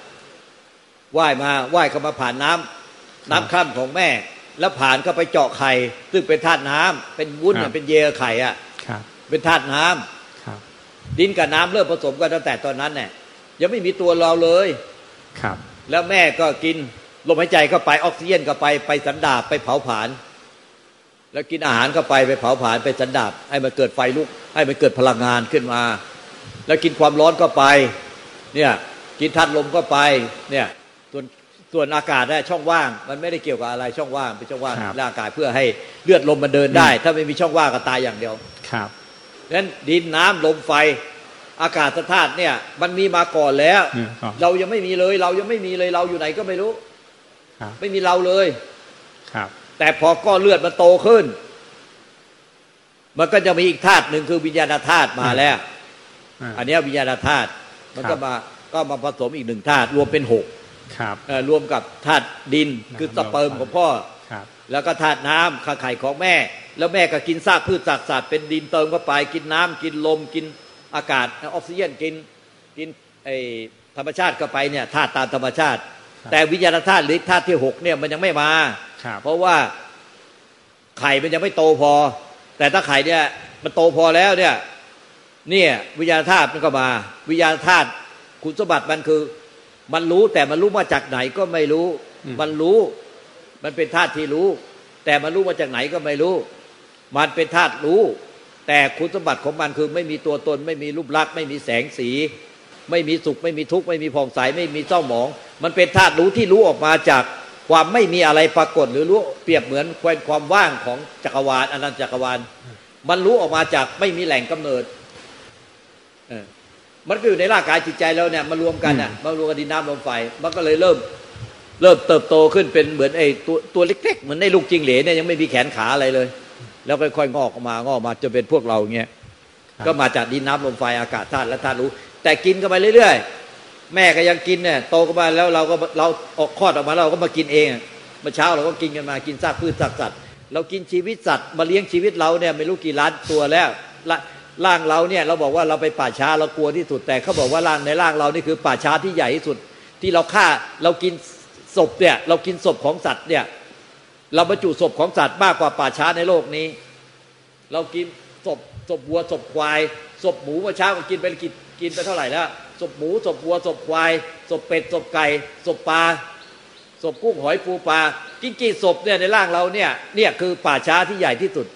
เข้ามาผ่านน้ำข้ามของแม่แล้วผ่านเข้าไปเจาะไข่ซึ่งเป็นธาตุน้ำเป็นวุ้นเป็นเยื่อไข่อ่ะเป็นธาตุน้ำดินกับน้ำเริ่มผสมกันตั้งแต่ตอนนั้นเนี่ยยังไม่มีตัวเราเลยครับแล้วแม่ก็กินลมหายใจเข้าไปออกซิเจนเข้าไปสันดาปไปเผาผลาญแล้วกินอาหารเข้าไปเผาผลาญไปสันดาปให้มันเกิดไฟลุกให้มันเกิดพลังงานขึ้นมาแล้วกินความร้อนเข้าไปเนี่ยกินธาตุลมเข้าไปเนี่ยส่วนส่วนอากาศได้ช่องว่างมันไม่ได้เกี่ยวกับอะไรช่องว่างเป็นช่องว่างร่างกายเพื่อให้เลือดลมมันเดินได้ถ้าไม่มีช่องว่างก็ตายอย่างเดียวครับงั้นดินน้ำลมไฟอากาศธาตุเนี่ยมันมีมาก่อนแล้วเรายังไม่มีเลยเรายังไม่มีเลยเราอยู่ไหนก็ไม่รู้ไม่มีเราเลยครับแต่พอก้อนเลือดมันโตขึ้นมันก็จะมีอีกธาตุหนึ่งคือวิญญาณธาตุมาแล้วอันนี้วิญญาณธาตุมันก็มาผสมอีกหนึ่งธาตุรวมเป็น6รวมกับธาตุดินคือสเปิร์มของพ่อแล้วก็ธาตุน้ำไข่ของแม่แล้วแม่ก็กินซากพืชซากสัตว์เป็นดินเติมเข้าไปกินน้ำกินลมกินอากาศออกซิเจนกินไอธรรมชาติเข้าไปเนี่ยธาตุตามธรรมชาติแต่วิญญาณธาตุหรือธาตุที่6เนี่ยมันยังไม่มาเพราะว่าไข่มันยังไม่โตพอแต่ถ้าไข่เนี่ยมันโตพอแล้วเนี่ยวิญญาณธาตุมันก็มาวิญญาณธาตุคุณสมบัติมันคือมันรู้แต่มันรู้มาจากไหนก็ไม่รู้มันรู้มันเป็นธาตุที่รู้แต่มันรู้มาจากไหนก็ไม่รู้มันเป็นธาตุรู้แต่คุณสมบัติของมันคือไม่มีตัวตนไม่มีรูปลักษณ์ไม่มีแสงสีไม่มีสุขไม่มีทุกข์ไม่มีผ่องใสไม่มีเศร้าหมองมันเป็นธาตุรู้ที่รู้ออกมาจากความไม่มีอะไรปรากฏหรือรู้เปรียบเหมือนความว่างของจักรวาลอนันตจักรวาลมันรู้ออกมาจากไม่มีแหล่งกำเนิดมันก็อยู่ในร่างกายจิตใจแล้วเนี่ยมารวมกันน่ะมารวมกันดินน้ำลมไฟมันก็เลยเริ่มเติบโตขึ้นเป็นเหมือนไอ้ตัวเล็กๆเหมือนในลูกจิงเหลนเนี่ยยังไม่มีแขนขาอะไรเลยแล้วค่อยๆงอกออกมาจนเป็นพวกเราเงี้ยก็มาจากดินน้ำลมไฟอากาศธาตุและธาตุรู้แต่กินกันไปเรื่อยๆแม่ก็ยังกินเนี่ยโตขึ้นมาแล้วเราออกคลอดออกมาเราก็มากินเองเมื่อเช้าเราก็กินกันมากินซากพืชซากสัตว์เรากินชีวิตสัตว์มาเลี้ยงชีวิตเราเนี่ยไม่รู้กี่ล้านตัวแล้วร่างเราเนี่ยเราบอกว่าเราไปป่าช้าเรากลัวที่สุดแต่เขาบอกว่าในร่างเรานี่คือป่าช้าที่ใหญ่ที่สุดที่เราฆ่าเรากินศพเนี่ยเรากินศพของสัตว์เนี่ยเราบรรจุศพของสัตว์มากกว่าป่าช้าในโลกนี้เรากินศพวัวศพควายศพหมูเมื่อเช้าก็กินไปเท่าไหร่แล้วศพหมูศพวัวศพควายศพเป็ดศพไก่ศพปลาศพกุ้งหอยปูปลากินกี่ศพเนี่ยในร่างเราเนี่ยคือป่าช้าที่ใหญ่ที่สุด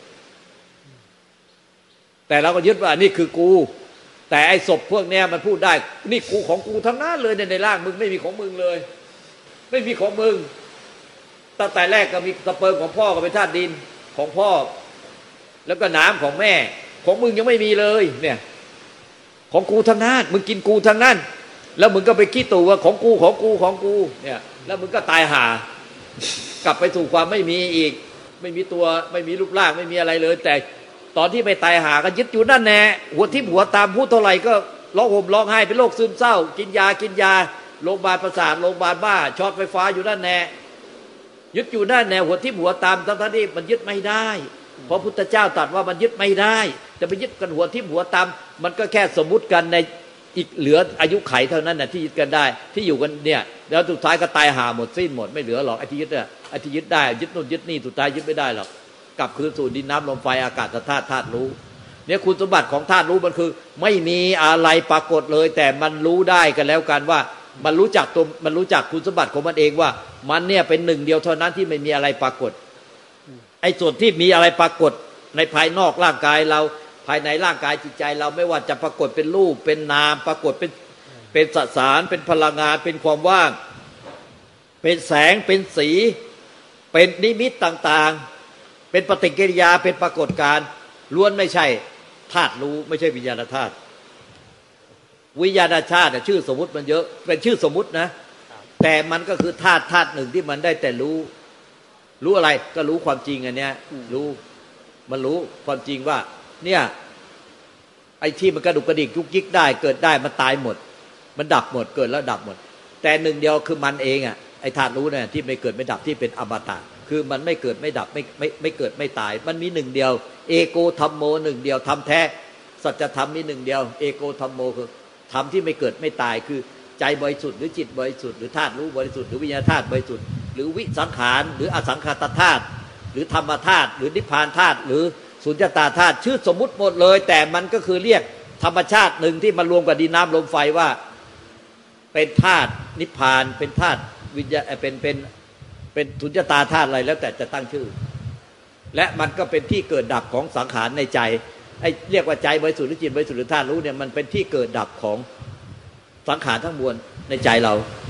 แต่เราก็ยึดว่านี่คือกูแต่ไอ้ศพพวกเนี้ยมันพูดได้นี่กูของกูทั้งนั้นเลยในร่างมึงไม่มีของมึงเลยไม่มีของมึงตั้งแต่แรกก็มีสเปิร์มของพ่อก็เป็นธาตุดินของพ่อแล้วก็น้ำของแม่ของมึงยังไม่มีเลยเนี่ยของกูทั้งนั้นมึงกินกูทั้งนั้นแล้วมึงก็ไปคิดตัวว่าของกูเนี่ยแล้วมึงก็ตายห่ากลับไปสู่ความไม่มีอีกไม่มีตัวไม่มีรูปร่างไม่มีอะไรเลยแต่ตอนที่ไปตายหาก็ยึดอยู่นั่นแน่หัวทิ่มหัวตามพูดเท่าไหร่ก็ร้องห่มร้องไห้เป็นโรคซึมเศร้ากินยาโรงพยาบาลประสาทโรงพยาบาลบ้าช็อตไฟฟ้าอยู่นั่นแน่ยึดอยู่นั่นแน่หัวทิ่มหัวตามทั้งที่มันยึดไม่ได้เพราะพุทธเจ้าตรัสว่ามันยึดไม่ได้จะไปยึดกันหัวทิ่มหัวตามมันก็แค่สมมุติกันในอีกเหลืออายุไขเท่านั้นน่ะที่ยึดกันได้ที่อยู่กันเนี่ยแล้วสุดท้ายก็ตายหาหมดสิ้นหมดไม่เหลือหรอกไอ้ที่ยึดเนี่ยไอ้ที่ยึดได้ยึดนู่นยึดนี่สุดท้ายยึดไม่ได้หรอกกลับคืนสู่ดินน้ำลมไฟอากาศธาตุรู้เนี่ยคุณสมบัติของธาตุรู้มันคือไม่มีอะไรปรากฏเลยแต่มันรู้ได้กันแล้วกันว่ามันรู้จักตัวมันรู้จักคุณสมบัติของมันเองว่ามันเนี่ยเป็นหนึ่งเดียวเท่านั้นที่ไม่มีอะไรปรากฏไอ้ส่วนที่มีอะไรปรากฏในภายนอกร่างกายเราภายในร่างกายจิตใจเราไม่ว่าจะปรากฏเป็นรูปเป็นนามปรากฏเป็นสสารเป็นพลังงานเป็นความว่างเป็นแสงเป็นสีเป็นนิมิตต่างๆเป็นปฏิกิริยาเป็นปรากฏการณ์ล้วนไม่ใช่ธาตุรู้ไม่ใช่วิญญาณธาตุวิญญาณธาตุชื่อสมมุติมันเยอะเป็นชื่อสมมุตินะแต่มันก็คือธาตุหนึ่งที่มันได้แต่รู้อะไรก็รู้ความจริงอันเนี้ยมันรู้ความจริงว่าเนี่ยไอ้ที่มันกระดุกกระดิกยุกยิกได้เกิดได้มันตายหมดมันดับหมดเกิดแล้วดับหมดแต่หนึ่งเดียวคือมันเองอ่ะไอ้ธาตุรู้เนี่ยที่ไม่เกิดไม่ดับที่เป็นอมตะคือมันไม่เกิดไม่ดับไม่เกิดไม่ตายมันมีหนึ่งเดียวเอโกธัมโมหนึ่งเดียวธรรมแท้สัจธรรมมีหนึ่งเดียวเอโกธัมโมคือธรรมที่ไม่เกิดไม่ตายคือใจบริสุทธิ์หรือจิตบริสุทธิ์หรือธาตุรู้บริสุทธิ์หรือวิญญาณธาตุบริสุทธิ์หรือวิสังขารหรืออสังขตธาตุหรือธรรมธาตุหรือนิพพานธาตุหรือสุญญตาธาตุชื่อสมมุติหมดเลยแต่มันก็คือเรียกธรรมชาติหนึ่งที่มารวมกับดินน้ำลมไฟว่าเป็นธาตุนิพพานเป็นธาตุวิญญาณเป็นสุญญตาธาตุอะไรแล้วแต่จะตั้งชื่อและมันก็เป็นที่เกิดดับของสังขารในใจไอ้เรียกว่าใจบริสุทธิ์หรือจิตบริสุทธิ์หรือธาตุรู้เนี่ยมันเป็นที่เกิดดับของสังขารทั้งมวลในใจเรา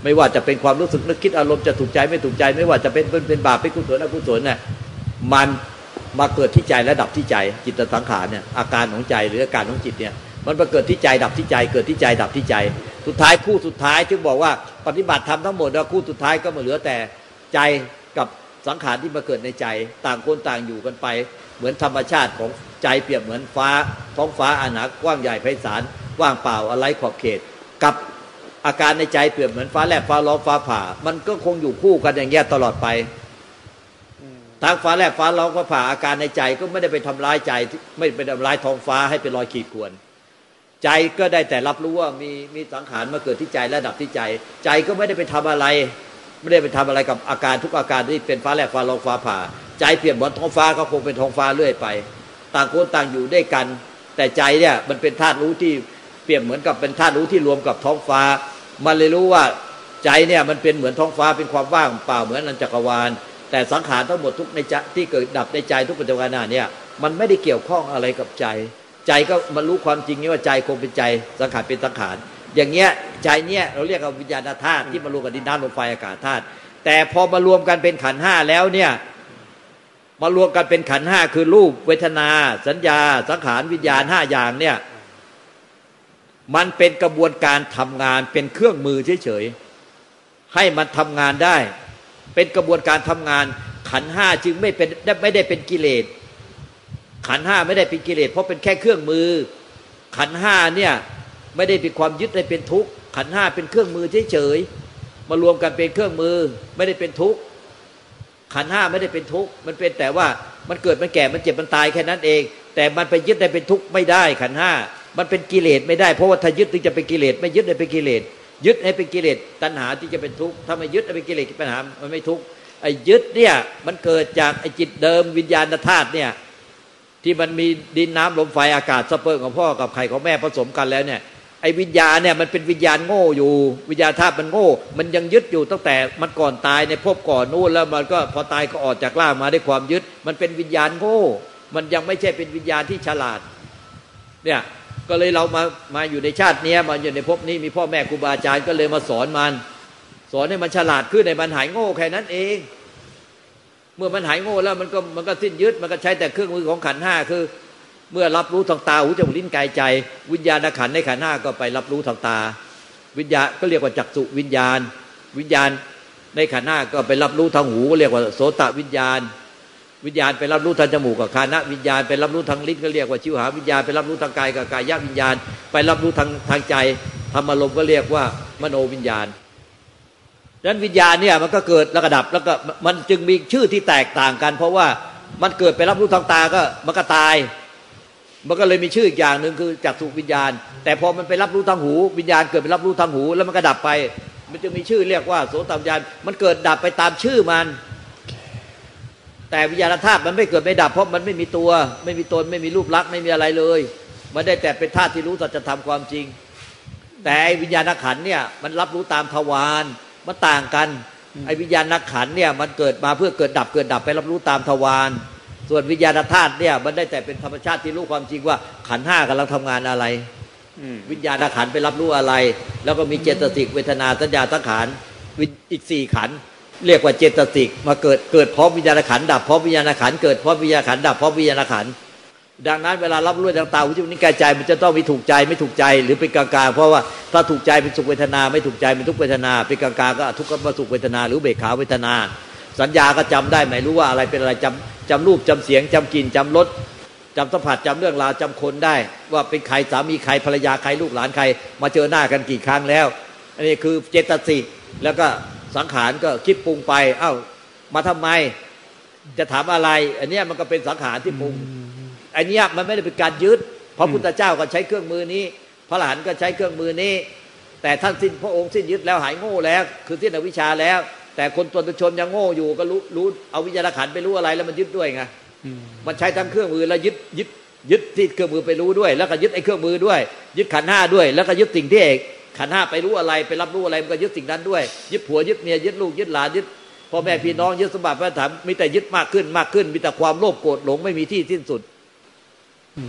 ไม่ว่าจะเป็นความรู้สึกนึกคิดอารมณ์จะถูกใจไม่ถูกใจไม่ว่าจะเป็นบาปเป็นกุศลอกุศลเนี่ยมันมาเกิดที่ใจและดับที่ใจจิตสังขารเนี่ยอาการของใจหรืออาการของจิตเนี่ยมันมาเกิดที่ใจดับที่ใจเกิดที่ใจดับที่ใจสุดท้ายคู่สุดท้ายจึงบอกว่าปฏิบัติธรรมทั้งหมดแล้วคู่สุดท้ายก็มาเหลือแต่ใจกับสังขารที่มาเกิดในใจต่างคนต่างอยู่กันไปเหมือนธรรมชาติของใจเปรียบเหมือนฟ้าท้องฟ้าอาณากว้างใหญ่ไพศาลว่างเปล่าอะไรขอบเขตกับอาการในใจเปรียบเหมือนฟ้าแลบฟ้าร้องฟ้าผ่ามันก็คงอยู่คู่กันอย่างเงี้ยตลอดไปทางฟ้าแลบฟ้าร้องฟ้าผ่าอาการในใจก็ไม่ได้ไปทำร้ายใจไม่ไปทำร้ายท้องฟ้าให้เป็นรอยขีดข่วนใจก็ได้แต่รับรู้ว่ามีสังขารมาเกิดที่ใจและดับที่ใจใจก็ไม่ได้ไปทำอะไรไม่ได้ไปทำอะไรกับอาการทุกอาการที่เป็นฟ้าแลบฟ้าร้องฟ้าผ่าใจเปรียบเหมือนท้องฟ้าก็คงเป็นท้องฟ้าเรื่อยไปต่างคนต่างอยู่ด้วยกันแต่ใจเนี่ยมันเป็นธาตุรู้ที่เปรียบเหมือนกับเป็นธาตุรู้ที่รวมกับท้องฟ้ามันเลยรู้ว่าใจเนี่ยมันเป็นเหมือนท้องฟ้าเป็นความว่างเปล่าเหมือนอนันตจักรวาลแต่สังขารทั้งหมดทุกในใจที่เกิดดับในใจทุกปัจจุบันเนี่ยมันไม่ได้เกี่ยวข้องอะไรกับใจใจก็มารู้ความจริงนี่ว่าใจคงเป็นใจสังขารเป็นสังขารอย่างเงี้ยใจเนี่ยเราเรียกว่าวิญญาณธาตุที่มารวมกับดินน้ำลมไฟอากาศธาตุแต่พอมารวมกันเป็นขันธ์ห้าแล้วเนี่ยมารวมกันเป็นขันธ์ห้าคือรูปเวทนาสัญญาสังขารวิญญาณห้าอย่างเนี่ยมันเป็นกระบวนการทำงานเป็นเครื่องมือเฉยๆให้มันทำงานได้เป็นกระบวนการทำงานขันธ์ห้าจึงไม่ได้เป็นกิเลสขันธ์ห้าไม่ได้เป็นกิเลสเพราะเป็นแค่เครื่องมือขันธ์ห้าเนี่ยไม่ได้เป็นความยึดได้เป็นทุกข์ขันธ์ห้าเป็นเครื่องมือเฉยๆมารวมกันเป็นเครื่องมือไม่ได้เป็นทุกข์ขันธ์ห้าไม่ได้เป็นทุกข์มันเป็นแต่ว่ามันเกิดมันแก่มันเจ็บมันตายแค่นั้นเองแต่มันไปยึดได้เป็นทุกข์ไม่ได้ขันธ์ห้ามันเป็นกิเลสไม่ได้เพราะว่าถ้ายึดถึงจะเป็นกิเลสไม่ยึดได้เป็นกิเลสยึดให้เป็นกิเลสตัณหาที่จะเป็นทุกข์ถ้าไม่ยึดให้เป็นกิเลสปัญหามันไม่ทุกข์ไอ้ยึดเนี่ยมันเกิดจากไอ้จิตเดิมวิญญาณธาตุเนี่ยที่มันมีดินน้ำลมไฟอากาศสเปิร์มของพ่อกับไข่ของแม่ผสมกันแล้วเนี่ยไอ้วิญญาณเนี่ยมันเป็นวิญญาณโง่อยู่วิญญาณธาตุมันโง่มันยังยึดอยู่ตั้งแต่มันก่อนตายในภพก่อนนู่นแล้วมันก็พอตายก็ออกจากร่างมาด้วยความยึดมันเป็นวิญญาณโง่มันยังไม่ใช่เป็นวิญญาณที่ฉลาดเนี่ยก็เลยเรามาอยู่ในชาตินี้มาอยู่ในภพนี้มีพ่อแม่ครูบาอาจารย์ก็เลยมาสอนให้มันฉลาดขึ้นในมันหายโง่แค่นั้นเองเมื่อมันหายโง่แล้วมันก็สิ้นยึดมันก็ใช้แต่เครื่องมือของขันธ์ห้าคือเมื่อรับรู้ทางตาหูจมูกลิ้นกายใจวิญญาณขันธ์ในขันธ์ห้าก็ไปรับรู้ทางตาวิญญาณก็เรียกว่าจักษุวิญญาณในขันธ์ห้าก็ไปรับรู้ทางหูก็เรียกว่าโสตวิญญาณไปรับรู้ทางจมูกกับคานะวิญญาณไปรับรู้ทางลิ้นก็เรียกว่าชิวหาวิญญาณไปรับรู้ทางกายกับกายวิญญาณไปรับรู้ทางใจธรรมารมณ์ก็เรียกว่ามโนวิญญาณดังนั้นวิญญาณเนี่ยมันก็เกิดแล้วก็ดับแล้วก็มันจึงมีชื่อที่แตกต่างกันเพราะว่ามันเกิดไปรับรู้ทางตาก็มันก็ตายมันก็เลยมีชื่ออีกอย่างนึงคือจักษุวิญญาณแต่พอมันไปรับรู้ทางหูวิญญาณเกิดไปรับรู้ทางหูแล้วมันก็ดับไปมันจะมีชื่อเรียกว่าโสตวิญญาณมันเกิดดับไปตามชื่อมันแต่วิญญาณธาตุมันไม่เกิดไม่ดับเพราะมันไม่มีตัวไม่มีตนไม่มีรูปลักษณ์ไม่มีอะไรเลยมันได้แต่เป็นธาตุที่รู้สัจธรรมความจริงแต่วิญญาณขันธ์เนี่ยมันรับรู้ตามทวารมันต่างกันไอ้วิญญาณขันธ์เนี่ยมันเกิดมาเพื่อเกิดดับไปรับรู้ตามทวารส่วนวิญญาณธาตุเนี่ยมันได้แต่เป็นธรรมชาติที่รู้ความจริงว่าขันธ์ห้ากำลังทำงานอะไรวิญญาณขันธ์ไปรับรู้อะไรแล้วก็มีเจตสิกเวทนาสัญญาสังขารอีก4ขันธ์เรียกว่าเจตสิกมาเกิดพร้อมวิญญาณขันธ์ดับพร้อมวิญญาณขันธ์เกิดพร้อมวิญญาณขันธ์ดับพร้อมวิญญาณขันธ์ดังนั้นเวลารับรู้ทางตาหูจมูกลิ้นกายใจมันจะต้องมีถูกใจไม่ถูกใจหรือเป็นกลางๆเพราะว่าถ้าถูกใจเป็นสุขเวทนาไม่ถูกใจเป็นทุกขเวทนาเป็นกลางๆก็ทุกขกับสุขเวทนาหรือเบกขาเวทนาสัญญาก็จำได้ไม่รู้ว่าอะไรเป็นอะไรจำรูปจำเสียงจำกลิ่นจำรสจำสัมผัสจำเรื่องราวจำคนได้ว่าเป็นใครสามีใครภรรยาใครลูกหลานใครมาเจอหน้ากันกี่ครั้งแล้วอันนี้คือเจตสิกแล้วก็สังขารก็คิดปรุงไปเอ้ามาทำไมจะถามอะไรอันนี้มันก็เป็นสังขารที่ปรุงอันนี้มันไม่ได้เป็นการยึดพระพุทธเจ้าก็ใช้เครื่องมือนี้พระอรหันต์ก็ใช้เครื่องมือนี้แต่ท่านสิ้นพระองค์สิ้นยึดแล้วหายโง่แล้วคือสิ้นอวิชชาแล้วแต่คนตุชนยังโง่อยู่ก็รู้เอาวิญญาณขันธ์ไปรู้อะไรแล้วมันยึดด้วยไงมันใช้ทั้งเครื่องมือแล้วยึดที่เครื่องมือไปรู้ด้วยแล้วก็ยึดไอ้เครื่องมือด้วยยึดขันธ์ห้าด้วยแล้วก็ยึดสิ่งที่ขันธ์ห้าไปรู้อะไรไปรับรู้อะไรมันก็ยึดสิ่งนั้นด้วยยึดผัวยึดเมียยึดลูกยึดหลานยึดพ่อแม่พี่น้องยึดสมบัติพระธรรมมีแต่ยึดมากขึ้นมีแต่ความโลภโกรธหลงไม่มีที่สิ้นสุด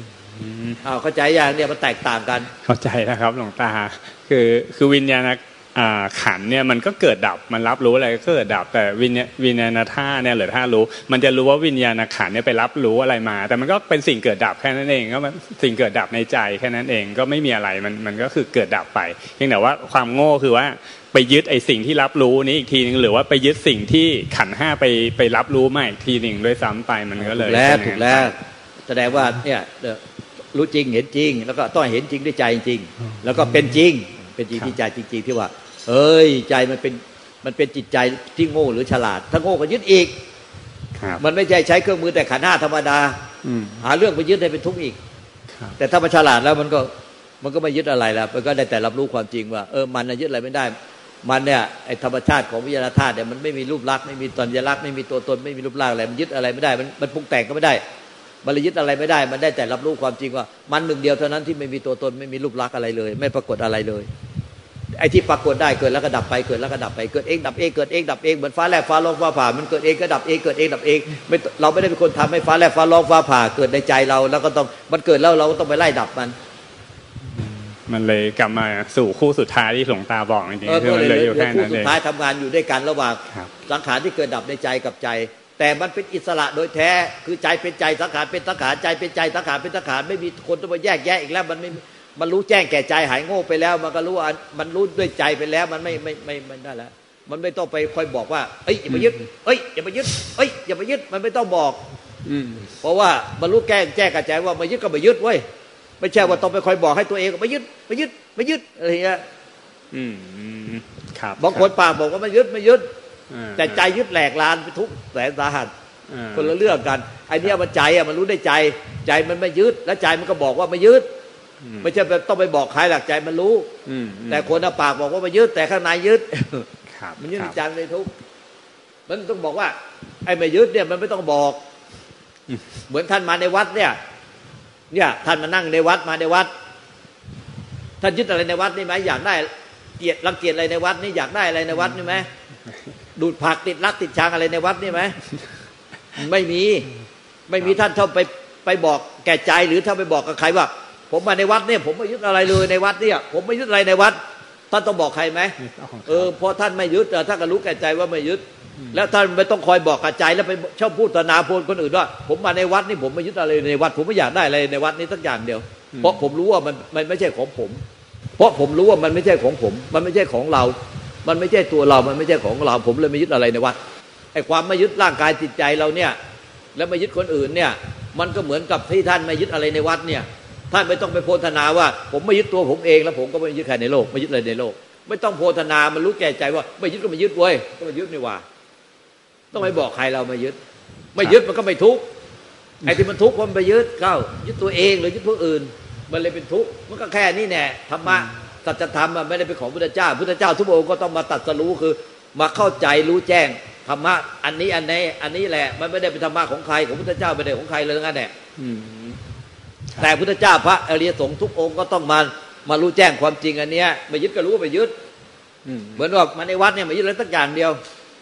เข้าใจอย่างเนี่ยมันแตกต่างกันเข้าใจนะครับหลวงตาคือวิญญาณขันเนี่ยมันก็เกิดดับมันรับรู้อะไรก็เกิดดับแต่วิญญาณธาตุเนี่ยหรือธาตุรู้มันจะรู้ว่าวิญญาณขันเนี่ยไปรับรู้อะไรมาแต่มันก็เป็นสิ่งเกิดดับแค่นั้นเองก็มันสิ่งเกิดดับในใจแค่นั้นเองก็ไม่มีอะไรมันก็คือเกิดดับไปเพียงแต่ว่าความโง่คือว่าไปยึดไอ้สิ่งที่รับรู้นี้อีกทีนึงหรือว่าไปยึดสิ่งที่ขันธ์ห้าไปรับรู้มาอีกทีนึงด้วยซ้ำไปมันก็เลยถูกแล้วแสดงว่าเนี่ยรู้จริงเห็นจริงแล้วก็ต้องเห็นจริงด้วยใจจริงแล้วก็เป็นจริงที่ใจจริงๆที่ว่าใจมันเป็นจิตใจที่โง่หรือฉลาดถ้าโง่ก็ยึดอีกมันไม่ใช่ใช้เครื่องมือแต่ขันธ์ห้าธรรมดาหาเรื่องไปยึดให้เป็นทุกข์อีกแต่ถ้ามันฉลาดแล้วมันก็ไม่ยึดอะไรแล้วมันก็ได้แต่รับรู้ความจริงว่ามันยึดอะไรไม่ได้มันเนี่ยไอ้ธรรมชาติของวิญญาณธาตุเนี่ยมันไม่มีรูปลักษณ์ไม่มีสัญลักษณ์ไม่มีตัวตนไม่มีรูปร่างอะไรมันยึดอะไรไม่ได้มันปรุงแต่งก็ไม่ได้มันเลยยึดอะไรไม่ได้มันได้แต่รับรู้ความจริงว่ามันหนึ่งเดียวเท่านั้นที่ไม่มีตัวตนไม่มีรูปลักษณ์อะไรเลยไม่ปรากฏอะไรเลยไอ้ที่ปรากฏได้เกิดแล้วก็ดับไปเกิดแล้วก็ดับไปเกิดเองดับเองเกิดเองดับเองเหมือนฟ้าแลบฟ้าร้องฟ้าผ่ามันเกิดเองก็ดับเองเกิดเองดับเองไม่เราไม่ได้เป็นคนทำให้ฟ้าแลบฟ้าร้องฟ้าผ่าเกิดในใจเราแล้วก็ต้องมันเกิดแล้วเราก็ต้องไปไล่ดับมันเลยกลับมาสู่คู่สุดท้ายที่หลวงตาบอกจริงๆคือมันเลยอยู่แค่นั้นเองคู่สุดท้ายทำงานอยู่ด้วยกันระหว่างสังขารที่เกิดดับในใจกับใจแต่มันเป็นอิสระโดยแท้คือใจเป็นใจสังขารเป็นสังขารใจเป็นใจสังขารเป็นสังขารไม่มีคนต้องมาแยกแยะอีกแล้วมันรู้แจ้งแก่ใจหายโง่ไปแล้วมันก็รู้มันรู้ด้วยใจไปแล้วมันไม่ได้แล้วมันไม่ต้องไปคอยบอกว่าอย่ามายึดอย่ามายึดอย่ามายึดมันไม่ต้องบอกเพราะว่ามันรู้แจ้งกับใจว่ามายึดก็มายึดเว้ยไม่ใช่ว่าต้องไปคอยบอกให้ตัวเองมายึดอะไรอย่างเงี้ยบางคนปากบอกว่าไม่ยึดแต่ใจยึดแหลกลานไปทุกแสนสาหัสคนละเรื่องกันไอ้นี่มันใจมันรู้ได้ใจมันไม่ยึดแล้วใจมันก็บอกว่าไม่ยึดไม่ใช่ต้องไปบอกใครหลักใจมันรู้แต่คนปากบอกว่าไม่ยึดแต่ข้างในยึดมันยึดใจในทุกมันต้องบอกว่าไอ้ไม่ยึดเนี่ยมันไม่ต้องบอกเหมือนท่านมาในวัดเนี่ยท่านมานั่งในวัดมาในวัดท่านยึดอะไรในวัดนี่ไหมอยากได้รังเกียจอะไรในวัดนี่อยากได้อะไรในวัดนี่ไหมดูดผักติดรักติดชังอะไรในวัดนี่ไหมไม่มีท่านชอบไปบอกแก่ใจหรือถ้าไปบอกกับใครว่าผมมาในวัดเนี่ยผมไม่ยึดอะไรเลยในวัดเนี่ยผมไม่ยึดอะไรในวัดท่านต้องบอกใครไหมเพราะท่านไม่ยึดท่านก็รู้แก่ใจว่าไม่ยึดแล้วท่านไม่ต้องคอยบอกกับใจแล้วไปชอบพูดต่อหน้าคนอื่นว่าผมมาในวัดนี่ผมไม่ยึดอะไรในวัดผมไม่อยากได้อะไรในวัดนี้สักอย่างเดียวเพราะผมรู้ว่ามันไม่ใช่ของผมเพราะผมรู้ว่ามันไม่ใช่ของผมมันไม่ใช่ของเรามันไม่ใช่ตัวเรามันไม่ใช่ของเราผมเลยไม่ยึดอะไรในวัดไอ้ความไม่ยึดร่างกายจิตใจเราเนี่ยแล้วไม่ยึดคนอื่นเนี่ยมันก็เหมือนกับที่ท่านไม่ยึดอะไรในวัดเนี่ยท่านไม่ต้องไปโพธนาว่าผมไม่ยึดตัวผมเองแล้วผมก็ไม่ยึดใครในโลกไม่ยึดอะไรในโลกไม่ต้องโพธนามันรู้แก่ใจว่าไม่ยึดก็ไม่ยึดเว้ยก็ไม่ยึดนี่ว่าต้องไปบอกใครเราไม่ยึดมันก็ไม่ทุกข์ไอ้ที่มันทุกข์เพราะมันไปยึดยึดตัวเองหรือยึดผู้อื่นมันเลยเป็นทุกข์มันก็แค่นี้แน่ธรรมะสัจธรรมไม่ได้เป็นของพุทธเจ้าทุกองค์ก็ต้องมาตรัสรู้คือมาเข้าใจรู้แจ้งธรรมะอันนี้แหละมันไม่ได้เป็นธรรมะของใครของพุทธเจ้าไม่ได้ของใครเลยงั้นแหละแต่พุทธเจ้าพระอริยสงฆ์ทุกองค์ก็ต้องมารู้แจ้งความจริงอันเนี้ยไม่ยึดก็รู้ว่าไม่ยึดเหมือนว่ามาในวัดเนี่ยไม่ยึดอะไรสักอย่างเดียว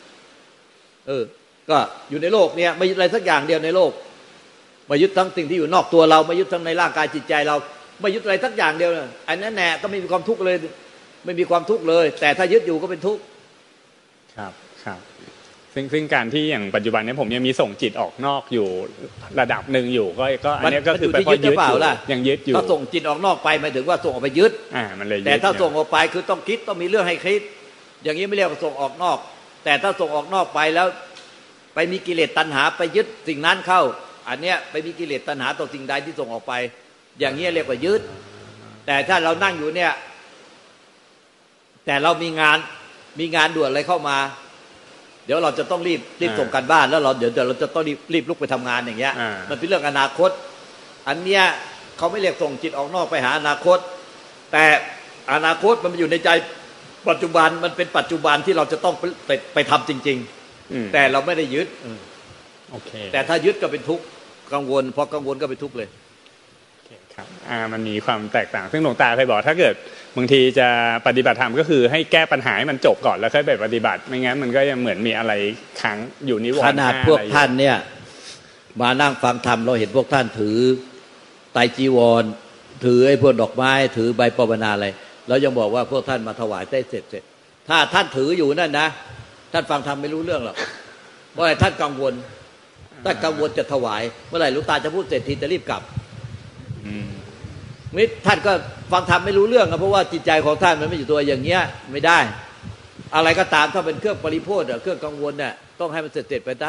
ก็อยู่ในโลกเนี่ยไม่ยึดอะไรสักอย่างเดียวในโลกไม่ยึดทั้งสิ่งที่อยู่นอกตัวเราไม่ยึดทั้งในร่างกายจิตใจเราไม่ยึดอะไรสักอย่างเดียวอันนั้นแน่ก็ไม่มีความทุกข์เลยไม่มีความทุกข์เลยแต่ถ้ายึดอยู่ก็เป็นทุกข์ครับซึ่งการที่อย่างปัจจุบันนี้ผมยังมีส่งจิตออกนอกอยู่ระดับหนึ่งอยู่ก็อันนี้ก็คือไปพอยึดอยู่ยังยึดอยู่ถ้าส่งจิตออกนอกไปหมายถึงว่าส่งออกไปยึดมันเลยแต่ถ้าส่งออกไปคือต้องคิดต้องมีเรื่องให้คิดอย่างนี้ไม่เรียกว่าส่งออกนอกแต่ถ้าส่งออกนอกไปแล้วไปมีกิเลสตัณหาไปยึดสิ่งนั้นเข้าอันเนี้ยไปมีกิเลสตัณหาต่อสิ่งใดที่ส่งออกไปอย่างนี้เรียกว่ายึดแต่ถ้าเรานั่งอยู่เนี่ยแต่เรามีงานด่วนอะไรเข้ามาเดี๋ยวเราจะต้องรีบส่งการบ้านแล้วเดี๋ยวเราจะต้องรีบลุกไปทำงานอย่างเงี้ยมันเป็นเรื่องอนาคตอันเนี้ยเขาไม่เรียกส่งจิตออกนอกไปหาอนาคตแต่อนาคตมันอยู่ในใจปัจจุบันมันเป็นปัจจุบันที่เราจะต้องไปทำจริงๆแต่เราไม่ได้ยึดแต่ถ้ายึดก็เป็นทุกข์กังวลพอกังวลก็เป็นทุกข์เลยครับมันมีความแตกต่างซึ่งหลวงตาเคยบอกถ้าเกิดบางทีจะปฏิบัติธรรมก็คือให้แก้ปัญหาให้มันจบก่อนแล้วค่อยไปปฏิบัติไม่งั้นมันก็ยังเหมือนมีอะไรค้างอยู่นิวรณ์ขนาดพวกท่านเนี่ยมานั่งฟังธรรมเราเห็นพวกท่านถือไตรจีวรถือไอ้พวกดอกไม้ถือใบปวนาอะไรแล้วยังบอกว่าพวกท่านมาถวายได้เสร็จถ้าท่านถืออยู่นั่นนะท่านฟังธรรมไม่รู้เรื่องหรอกเพราะอะไรท่านกังวลถ้ากังวลจะถวายเมื่อไหร่หลวงตาจะพูดเสร็จทีจะรีบกลับมิท่านก็ฟังธรรมไม่รู้เรื่องเพราะว่าจิตใจของท่านมันไม่อยู่ตัวอย่างเงี้ยไม่ได้อะไรก็ตามถ้าเป็นเครื่องปริโภทเครื่องกังวลเนี่ยต้องให้มันเสร็จไปซะ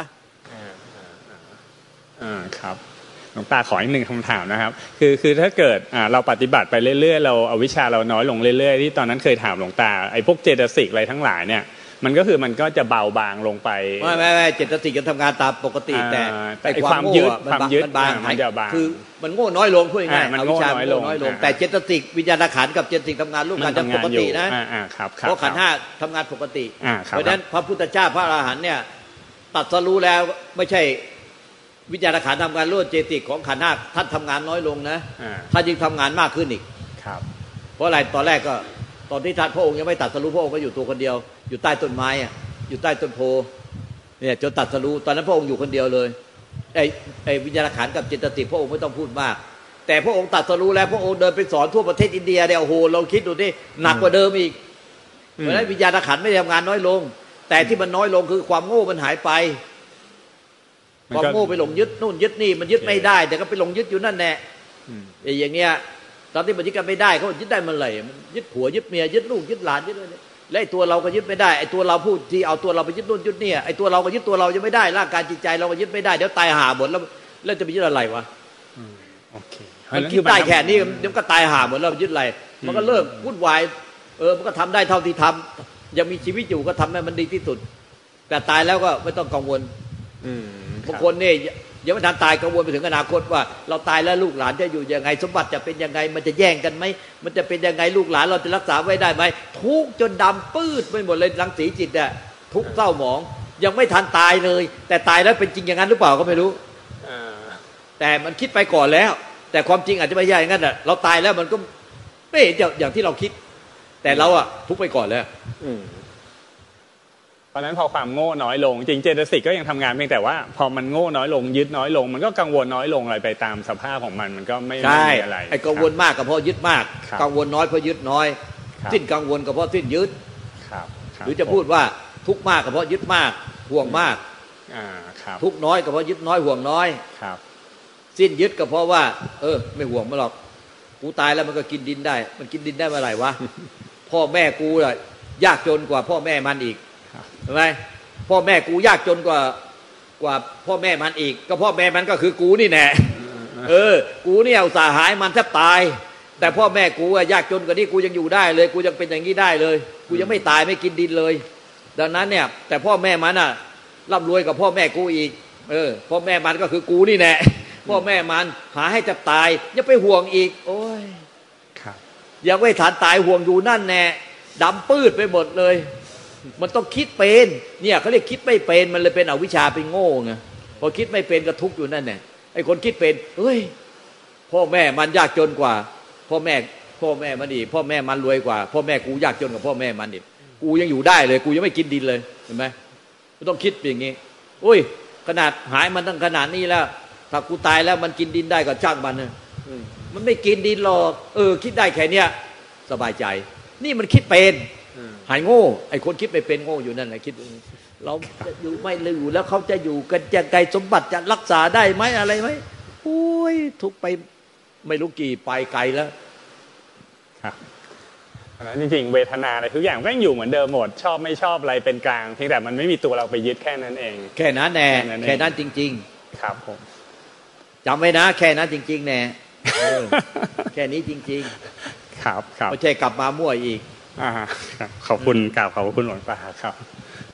ครับหลวงตาขออีกหนึ่งคำถามนะครับคือถ้าเกิดเราปฏิบัติไปเรื่อยๆเราเอาวิชาเราน้อยลงเรื่อยๆที่ตอนนั้นเคยถามหลวงตาไอ้พวกเจตสิกอะไรทั้งหลายเนี่ยมันก็จะเบาบางลงไปไม่เจตสิกจะทำงานตามปกติแต่ไอ้ความยึดมันบางคือมันโง่น้อยลงพูดง่ายๆเอาวิชาน้อยลงแต่เจตสิกวิญญาณขันธ์กับเจตสิกทำงานร่วมกันปกตินะเพราะขันธ์ห้าทำงานปกติเพราะฉะนั้นพระพุทธเจ้าพระอรหันต์เนี่ยตรัสรู้แล้วไม่ใช่วิญญาณขันธ์ทำงานร่วมเจตสิกของขันธ์ห้าท่านทำงานน้อยลงนะท่านยิ่งทำงานมากขึ้นอีกเพราะอะไรตอนแรกก็ตอนที่ท่านพระองค์ยังไม่ตรัสรู้พระองค์ก็อยู่ตัวคนเดียวอยู่ใต้ต้นไม้อยู่ใต้ต้นโพเนี่ยจนตรัสรู้ตอนนั้นพระองค์อยู่คนเดียวเลยไอ้วิญญาณขันธ์กับเจตสิกพระองค์ไม่ต้องพูดมากแต่พระองค์ตรัสรู้แล้วพระองค์เดินไปสอนทั่วประเทศอินเดียเนี่ยโอ้โหเราคิดดูดิหนักกว่าเดิมอีกเพราะฉะนั้นวิญญาณขันธ์ไม่ได้ทำงานน้อยลงแต่ที่มันน้อยลงคือความโง่มันหายไปความโง่ไปหลงยึดนู่นยึดนี่มันยึดไม่ได้แต่ก็ไปหลงยึดอยู่นั่นแน่อย่างเงี้ยตอนที่มันยึดกันไม่ได้เขายึดได้มันเลยมันยึดผัวยึดเมียยึดลูกยึดหลานยึดอะไรและไอ้ตัวเราก็ยึดไม่ได้ไอ้ตัวเราพูดที่เอาตัวเราไปยึดนู่นยึดนี่ไอ้ตัวเราก็ยึดตัวเรายังไม่ได้ร่างกายจิตใจเราก็ยึดไม่ได้เดี๋ยวตายห่าหมดแล้วจะไปยึดอะไรวะโอเคมันคิดได้แค่นี้เดี๋ยวก็ตายห่าหมดแล้วยึดอะไรมันก็เลิกวุ่นวายมันก็ทำได้เท่าที่ทำยังมีชีวิตอยู่ก็ทำให้มันดีที่สุดแต่ตายแล้วก็ไม่ต้องกังวลบางคนเนี่ยยังไม่ทันตายกังวลไปถึงอนาคตว่าเราตายแล้วลูกหลานจะอยู่ยังไงสมบัติจะเป็นยังไงมันจะแย่งกันไหมมันจะเป็นยังไงลูกหลานเราจะรักษาไว้ได้ไหมทุกจนดำปื้ดไปหมดเลยรังสีจิตเนี่ยทุกเศร้าหมองยังไม่ทันตายเลยแต่ตายแล้วเป็นจริงอย่างนั้นหรือเปล่าก็ไม่รู้แต่มันคิดไปก่อนแล้วแต่ความจริงอาจจะไม่ใช่อย่างนั้นอ่ะเราตายแล้วมันก็ไม่เห็นอย่างที่เราคิดแต่เราอ่ะทุกไปก่อนแล้วเพราะฉะนั้นพอความโง่น้อยลงจริงเจตสิกก็ยังทำงานเพียงแต่ว่าพอมันโง่น้อยลงยึดน้อยลงมันก็กังวลน้อยลงอะไรไปตามสภาพของมันก็ไม่มีอะไรไอ้กังวลมากก็เพราะยึดมากกังวลน้อยเพราะยึดน้อยสิ้นกังวลก็เพราะสิ้นยึดหรือจะพูดว่าทุกข์มากก็เพราะยึดมากห่วงมากทุกข์น้อยก็เพราะยึดน้อยห่วงน้อยสิ้นยึดก็เพราะว่าไม่ห่วงมันหรอกกูตายแล้วมันก็กินดินได้มันกินดินได้เมื่อไหร่วะพ่อแม่กูน่ะยากจนกว่าพ่อแม่มันอีกใช่ไหมพ่อแม่กูยากจนกว่าพ่อแม่มันอีกก็พ่อแม่มันก็คือกูนี่แน่กูเนี่ยอุตส่าห์หายมันแทบตายแต่พ่อแม่กูยากจนกว่านี้กูยังอยู่ได้เลยกูยังเป็นอย่างนี้ได้เลยกูยังไม่ตายไม่กินดินเลยดังนั้นเนี่ยแต่พ่อแม่มันน่ะร่ำรวยกับพ่อแม่กูอีกพ่อแม่มันก็คือกูนี่แน่พ่อแม่มันหาให้แทบตายยังไปห่วงอีกโอ้ยยังไม่ทันตายห่วงอยู่นั่นแน่ดำปื้ดไปหมดเลยมันต้องคิดเป็นเนี่ยเขาเรียกคิดไม่เป็นมันเลยเป็นอวิชชาเป็นโง่ไงพอคิดไม่เป็นก็ทุกข์อยู่นั่นแหละไอ้คนคิดเป็นพ่อแม่มันยากจนกว่าพ่อแม่มันดีพ่อแม่มันรวยกว่าพ่อแม่กูยากจนกว่าพ่อแม่มันดิกูยังอยู่ได้เลยกูยังไม่กินดินเลยเห็นไหมไม่ต้องคิดอย่างงี้ขนาดหายมันตั้งขนาดนี้แล้วถ้ากูตายแล้วมันกินดินได้ก็ช่างมันนะมันไม่กินดินหรอกคิดได้แค่เนี้ยสบายใจนี่มันคิดเป็นหายโง่ไอ้คนคิดไม่เป็นโง่อยู่นั่นแหละคิดเราจะอยู่ไม่อยู่แล้วเขาจะอยู่กันจะไกลสมบัติจะรักษาได้ไหมอะไรไหมทุกไปไม่รู้กี่ไปไกลแล้วจริงๆเวทนาอะไรทุกอย่างก็ยังอยู่เหมือนเดิมหมดชอบไม่ชอบอะไรเป็นกลางเพียงแต่มันไม่มีตัวเราไปยึดแค่นั้นเองแค่นั้นแน่แค่นั้นจริงๆครับผมจำไว้นะแค่นั้นจริงๆแน่แค่นี้จริงๆครับไม่ใช่กลับมามั่วอีกขอบคุณกราบขอบคุณหลวงตาครับ